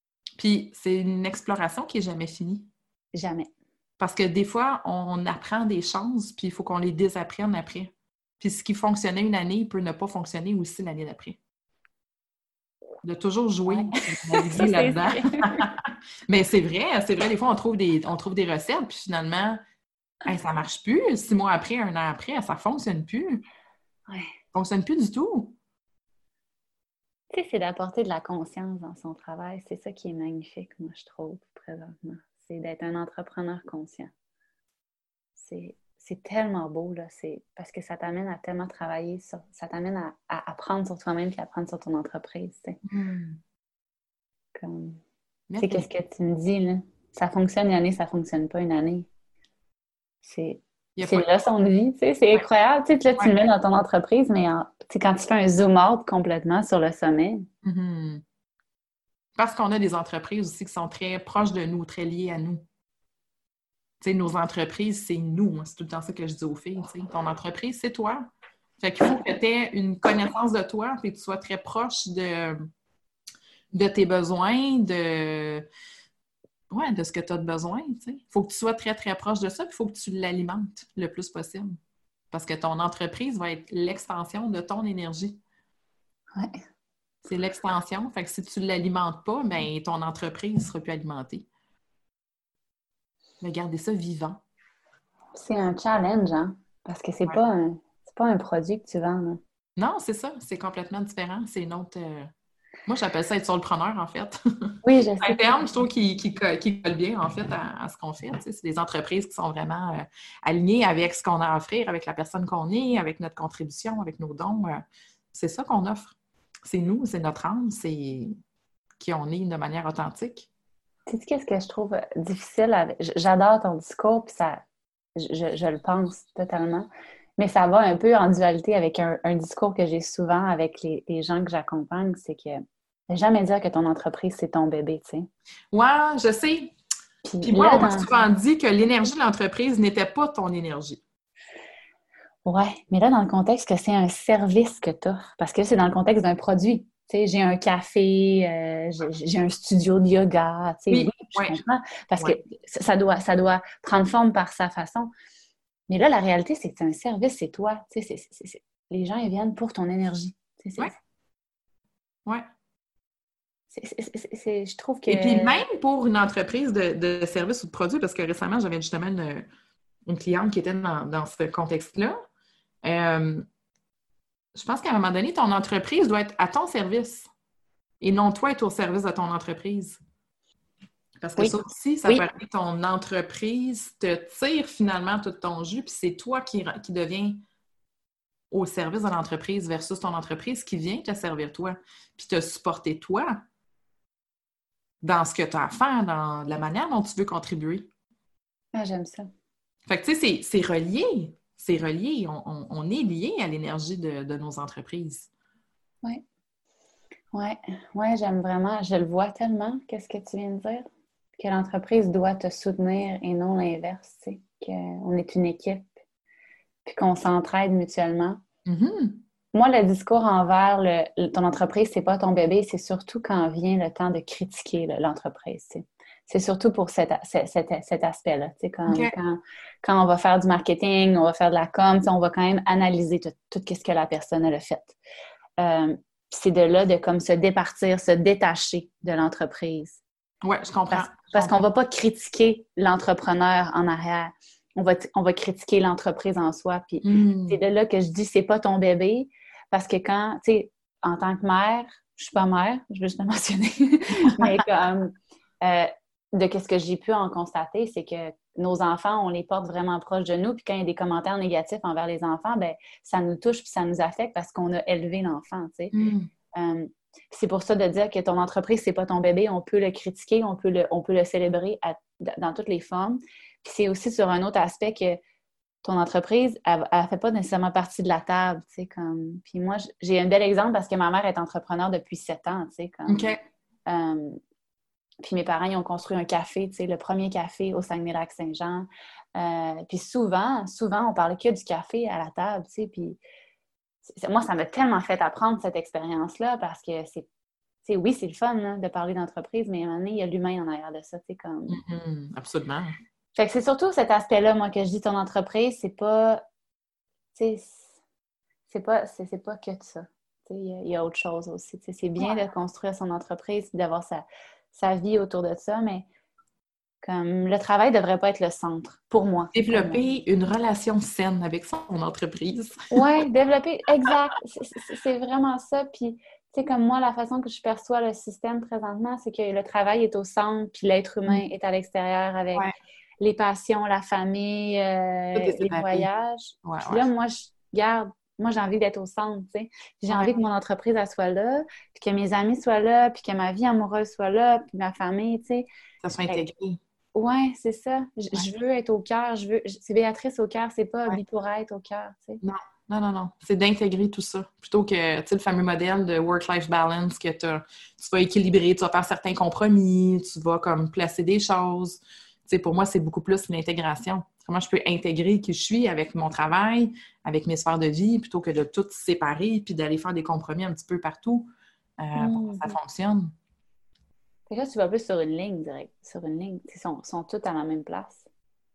Puis c'est une exploration qui n'est jamais finie. Jamais. Parce que des fois, on apprend des choses, puis il faut qu'on les désapprenne après. Puis ce qui fonctionnait une année peut ne pas fonctionner aussi l'année d'après. De toujours jouer, Ouais. de naviguer Ça, c'est là-dedans. vrai. Mais c'est vrai, c'est vrai, des fois, on trouve des, on trouve des recettes, puis finalement, hey, ça ne marche plus. Six mois après, un an après, ça ne fonctionne plus. Ouais. Ça ne fonctionne plus du tout. Tu sais, c'est d'apporter de la conscience dans son travail. C'est ça qui est magnifique, moi, je trouve, présentement. C'est d'être un entrepreneur conscient. C'est, c'est tellement beau, là. C'est parce que ça t'amène à tellement travailler sur... Ça t'amène à, à apprendre sur toi-même puis à apprendre sur ton entreprise, tu sais. Mm. Comme... Tu sais, Merveilleux. qu'est-ce que tu me dis, là? Ça fonctionne une année, ça fonctionne pas une année. C'est... Il y a C'est pas... une leçon de vie, tu sais, c'est incroyable. Tu sais, là, tu le Ouais. mets dans ton entreprise, mais en- tu sais, quand tu fais un zoom out complètement sur le sommet, Mhm. Parce qu'on a des entreprises aussi qui sont très proches de nous, très liées à nous. Tu sais, nos entreprises, c'est nous. Moi, c'est tout le temps ça que je dis aux filles. Tu sais. Ton entreprise, c'est toi. Fait qu'il faut que tu aies une connaissance de toi et que tu sois très proche de, de tes besoins, de, ouais, de ce que tu as de besoin. Il faut que tu sois très, très proche de ça, puis il faut que tu l'alimentes le plus possible. Parce que ton entreprise va être l'extension de ton énergie. Oui. C'est l'extension. Fait que si tu ne l'alimentes pas, bien, ton entreprise ne sera plus alimentée. Mais gardez ça vivant. C'est un challenge, hein? Parce que c'est Ouais. pas un, c'est pas un produit que tu vends, là. Non, c'est ça. C'est complètement différent. C'est une autre... euh, Moi, j'appelle ça être solopreneur, en fait. Oui, je C'est un sais. terme, je trouve, qui, qui, co- qui colle bien, en fait, à, à ce qu'on fait. Tu sais, c'est des entreprises qui sont vraiment euh, alignées avec ce qu'on a à offrir, avec la personne qu'on est, avec notre contribution, avec nos dons. euh, c'est ça qu'on offre. C'est nous, c'est notre âme, c'est qui on est de manière authentique. Tu sais, qu'est-ce que je trouve difficile avec... j- J'adore ton discours, puis ça, je, je le pense totalement, mais ça va un peu en dualité avec un, un discours que j'ai souvent avec les, les gens que j'accompagne, c'est que ne jamais dire que ton entreprise, c'est ton bébé, tu sais. Ouais, je sais. Puis Puis moi, là, on m'a dans... souvent dit que l'énergie de l'entreprise n'était pas ton énergie. Ouais, mais là, dans le contexte que c'est un service que tu offres, parce que c'est dans le contexte d'un produit. Tu sais, j'ai un café, euh, j'ai j'ai un studio de yoga, tu sais, oui, Oui, je oui, comprends, parce que oui. ça ça doit, ça doit prendre forme par sa façon. Mais là, la réalité, c'est que c'est un service, c'est toi. Tu sais, c'est- c'est- c'est- les gens, ils viennent pour ton énergie. Tu sais, Oui, c'est- oui. c'est- c'est- c'est- c'est- je trouve que... Et puis même pour une entreprise de, de services ou de produits, parce que récemment, j'avais justement une, une cliente qui était dans, dans ce contexte-là. Euh, je pense qu'à un moment donné, ton entreprise doit être à ton service et non toi être au service de ton entreprise. Parce que Oui, ça aussi, ça peut oui, arriver que ton entreprise te tire finalement tout ton jus, puis c'est toi qui, qui deviens au service de l'entreprise versus ton entreprise qui vient te servir toi, puis te supporter toi dans ce que tu as à faire, dans la manière dont tu veux contribuer. ah, j'aime ça. Fait que tu sais, c'est, c'est relié. C'est relié. On, on- on est lié à l'énergie de, de nos entreprises. Oui, oui, oui, j'aime vraiment, je le vois tellement, qu'est-ce que tu viens de dire? Que l'entreprise doit te soutenir et non l'inverse, tu sais, qu'on est une équipe, puis qu'on s'entraide mutuellement. Mhm. Moi, le discours envers le- le- ton entreprise, c'est pas ton bébé, c'est surtout quand vient le temps de critiquer là, l'entreprise. Tu sais. C'est surtout pour cet, a- cet, cet- cet aspect-là. Tu sais, comme OK. quand, quand on va faire du marketing, on va faire de la com, tu sais, on va quand même analyser tout, tout ce que la personne elle a fait. Euh, c'est de là de comme se départir, se détacher de l'entreprise. Ouais, je comprends. Parce, Je parce qu'on comprends. va pas critiquer l'entrepreneur en arrière. On va, on va critiquer l'entreprise en soi. Puis c'est Hmm. de là que je dis, c'est pas ton bébé. Parce que quand, tu sais, en tant que mère, je suis pas mère, je veux juste le mentionner, mais comme euh, de qu'est-ce que j'ai pu en constater, c'est que nos enfants, on les porte vraiment proches de nous. Puis quand il y a des commentaires négatifs envers les enfants, ben ça nous touche puis ça nous affecte parce qu'on a élevé l'enfant, tu sais. Hmm. Euh, c'est pour ça de dire que ton entreprise, c'est pas ton bébé, on peut le critiquer, on peut le, on peut le célébrer à- dans toutes les formes. Puis c'est aussi sur un autre aspect que ton entreprise, elle, elle fait pas nécessairement partie de la table, tu sais, comme... Puis moi, j'ai un bel exemple parce que ma mère est entrepreneur depuis sept ans, tu sais, comme... OK. euh, puis mes parents, ils ont construit un café, tu sais, le premier café au Saguenay-Lac-Saint-Jean. Euh, puis souvent, souvent, on parlait que du café à la table, tu sais, puis c'est- moi, ça m'a tellement fait apprendre cette expérience-là parce que c'est, tu sais, oui, c'est le fun là, de parler d'entreprise, mais à un moment donné, il y a l'humain en arrière de ça, tu sais, comme... Mhm. Absolument. Fait que c'est surtout cet aspect-là, moi, que je dis ton entreprise, c'est pas, tu sais, c'est pas, c'est, c'est pas que de ça. Tu sais, il y, a il y a autre chose aussi. Tu sais, c'est bien de construire son entreprise et d'avoir sa, sa vie autour de ça, mais comme le travail devrait pas être le centre, pour moi. Pour moi. Développer une relation saine avec son entreprise. Ouais, développer, exact. C'est c'est- c'est vraiment ça. Puis, tu sais, comme moi, la façon que je perçois le système présentement, c'est que le travail est au centre, puis l'être humain est à l'extérieur avec Ouais. les passions, la famille, Tout euh, est les séparé. voyages. Ouais, Puis ouais. là, moi, je garde, moi, j'ai envie d'être au centre, tu sais. J'ai Ouais. envie que mon entreprise, elle soit là, puis que mes amis soient là, puis que ma vie amoureuse soit là, puis ma famille, tu sais. Ça soit Fait- intégré. Ouais, c'est ça. Je Ouais. je veux être au cœur, je veux... C'est Béatrice au cœur, c'est pas Ouais. Bipoura être au cœur, tu sais. Non, non, non, non. C'est d'intégrer tout ça. Plutôt que, tu sais, le fameux modèle de work-life balance que t'as- tu vas équilibrer, tu vas faire certains compromis, tu vas comme placer des choses. Tu sais, pour moi, c'est beaucoup plus l'intégration. Comment je peux intégrer qui je suis avec mon travail, avec mes sphères de vie, plutôt que de tout séparer puis d'aller faire des compromis un petit peu partout euh, pour que ça Mhm. fonctionne. Fait que là, tu vas plus sur une ligne direct, sur une ligne. Ils sont, sont tous à la même place.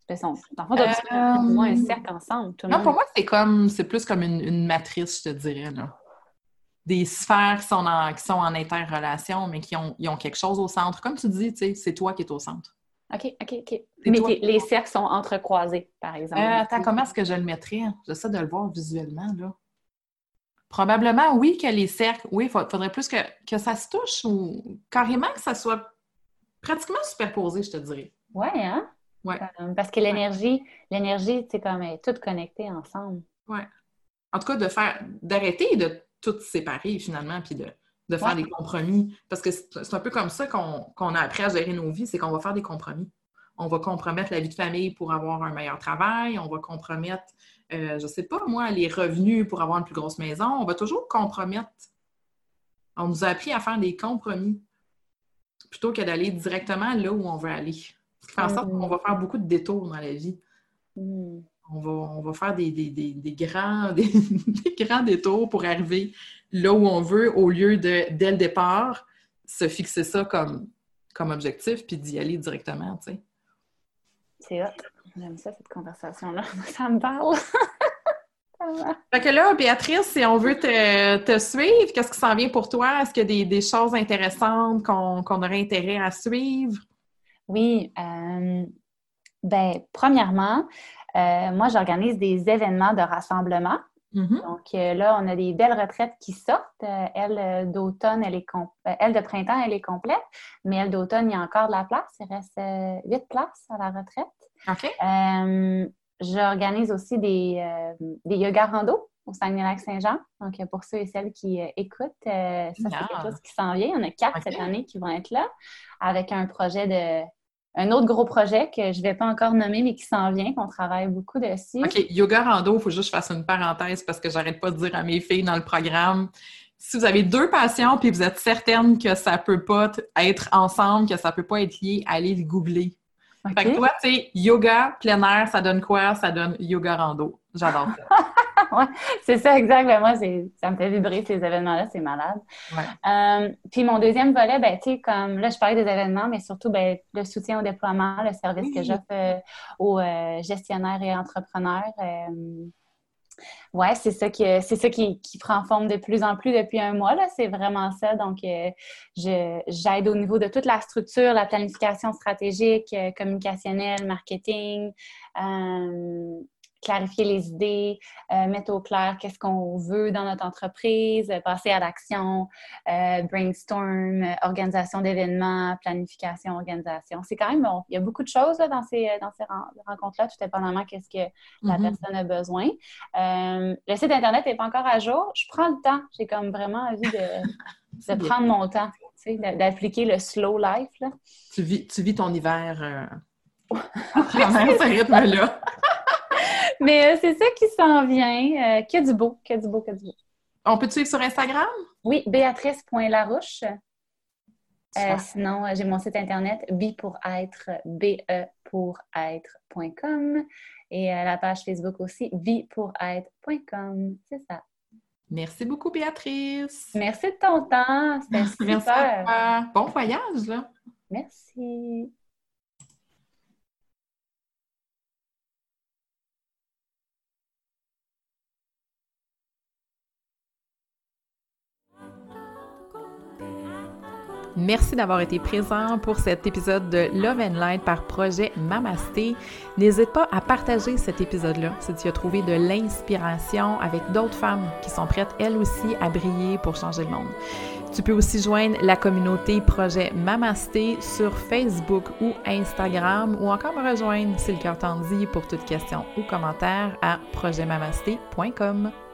Ils sont, dans le fond, doivent faire au moins un cercle ensemble. Tout le non, monde pour moi, c'est comme c'est plus comme une, une matrice, je te dirais, là. Des sphères qui sont en, qui sont en interrelation, mais qui ont, ils ont quelque chose au centre. Comme tu dis, tu sais, c'est toi qui es au centre. OK, OK, OK. Mais toi, les cercles sont entrecroisés, par exemple. Euh, attends, comment est-ce que je le mettrais? J'essaie de le voir visuellement, là. Probablement, oui, que les cercles, oui, il faudrait plus que, que ça se touche ou carrément que ça soit pratiquement superposé, je te dirais. Oui, hein? Ouais. Euh, parce que l'énergie, l'énergie, c'est comme elle est toute connectée ensemble. Oui. En tout cas, de faire, d'arrêter de tout séparer finalement, puis de, de faire ouais. des compromis. Parce que c'est, c'est un peu comme ça qu'on, qu'on a appris à gérer nos vies, c'est qu'on va faire des compromis. On va compromettre la vie de famille pour avoir un meilleur travail, on va compromettre, euh, je sais pas moi, les revenus pour avoir une plus grosse maison. On va toujours compromettre. On nous a appris à faire des compromis plutôt que d'aller directement là où on veut aller. Ce qui fait en sorte qu'on va faire beaucoup de détours dans la vie. Mm. On va, on va faire des, des, des, des, grands, des, des grands détours pour arriver là où on veut, au lieu de, dès le départ, se fixer ça comme, comme objectif puis d'y aller directement, tu sais. C'est hot. J'aime ça, cette conversation-là. Ça me parle. Fait que là, Béatrice, si on veut te, te suivre, qu'est-ce qui s'en vient pour toi? Est-ce qu'il y a des, des choses intéressantes qu'on, qu'on aurait intérêt à suivre? Oui. Euh, ben, premièrement, euh, moi, j'organise des événements de rassemblement. Mm-hmm. Donc euh, là, on a des belles retraites qui sortent. Euh, elle d'automne, elle est com- elle de printemps, elle est complète, mais elle d'automne, il y a encore de la place. Il reste euh, huit places à la retraite. OK. Euh, j'organise aussi des, euh, des yoga rando au Saguenay-Lac-Saint-Jean. Donc, pour ceux et celles qui euh, écoutent, euh, ça, yeah. c'est quelque chose qui s'en vient. Il y en a quatre okay. cette année qui vont être là avec un projet de... Un autre gros projet que je ne vais pas encore nommer, mais qui s'en vient, qu'on travaille beaucoup dessus. OK. Yoga rando, il faut juste que je fasse une parenthèse parce que j'arrête pas de dire à mes filles dans le programme, si vous avez deux passions puis vous êtes certaine que ça peut pas être ensemble, que ça peut pas être lié, allez le googler. Okay. Fait que toi, tu sais, yoga, plein air, ça donne quoi? Ça donne yoga rando. J'adore ça. Ouais, c'est ça, exactement. Moi, c'est, ça me fait vibrer ces événements-là, c'est malade. Ouais. Euh, puis mon deuxième volet, ben, tu sais, comme là, je parlais des événements, mais surtout, ben, le soutien au déploiement, le service oui. que j'offre euh, aux euh, gestionnaires et entrepreneurs. Euh, ouais, c'est ça, que, c'est ça qui, qui prend forme de plus en plus depuis un mois, là. C'est vraiment ça. Donc, euh, je, j'aide au niveau de toute la structure, la planification stratégique, euh, communicationnelle, marketing, euh, clarifier les idées, euh, mettre au clair qu'est-ce qu'on veut dans notre entreprise, euh, passer à l'action, euh, brainstorm, euh, organisation d'événements, planification, organisation. C'est quand même, bon, il y a beaucoup de choses là, dans ces, dans ces rencontres-là, tout dépendamment de ce que mm-hmm. la personne a besoin. Euh, le site Internet n'est pas encore à jour. Je prends le temps. J'ai comme vraiment envie de, de prendre mon temps, tu sais, d'appliquer le slow life. Là. Tu vis, tu vis ton hiver euh, à travers ce rythme-là. Mais euh, c'est ça qui s'en vient. Euh, que du beau, que du beau, que du beau. On peut te suivre sur Instagram? Oui, béatrice point larouche. Euh, sinon, euh, j'ai mon site Internet bi pour être, b e pour être point com et euh, la page Facebook aussi, bi pour être point com. C'est ça. Merci beaucoup, Béatrice. Merci de ton temps. C'était super. Merci à toi. Bon voyage, là. Merci. Merci d'avoir été présent pour cet épisode de Love and Light par Projet Mamasté. N'hésite pas à partager cet épisode-là si tu as trouvé de l'inspiration avec d'autres femmes qui sont prêtes, elles aussi, à briller pour changer le monde. Tu peux aussi joindre la communauté Projet Mamasté sur Facebook ou Instagram ou encore me rejoindre si le cœur t'en dit pour toute question ou commentaire à projet mamasté point com.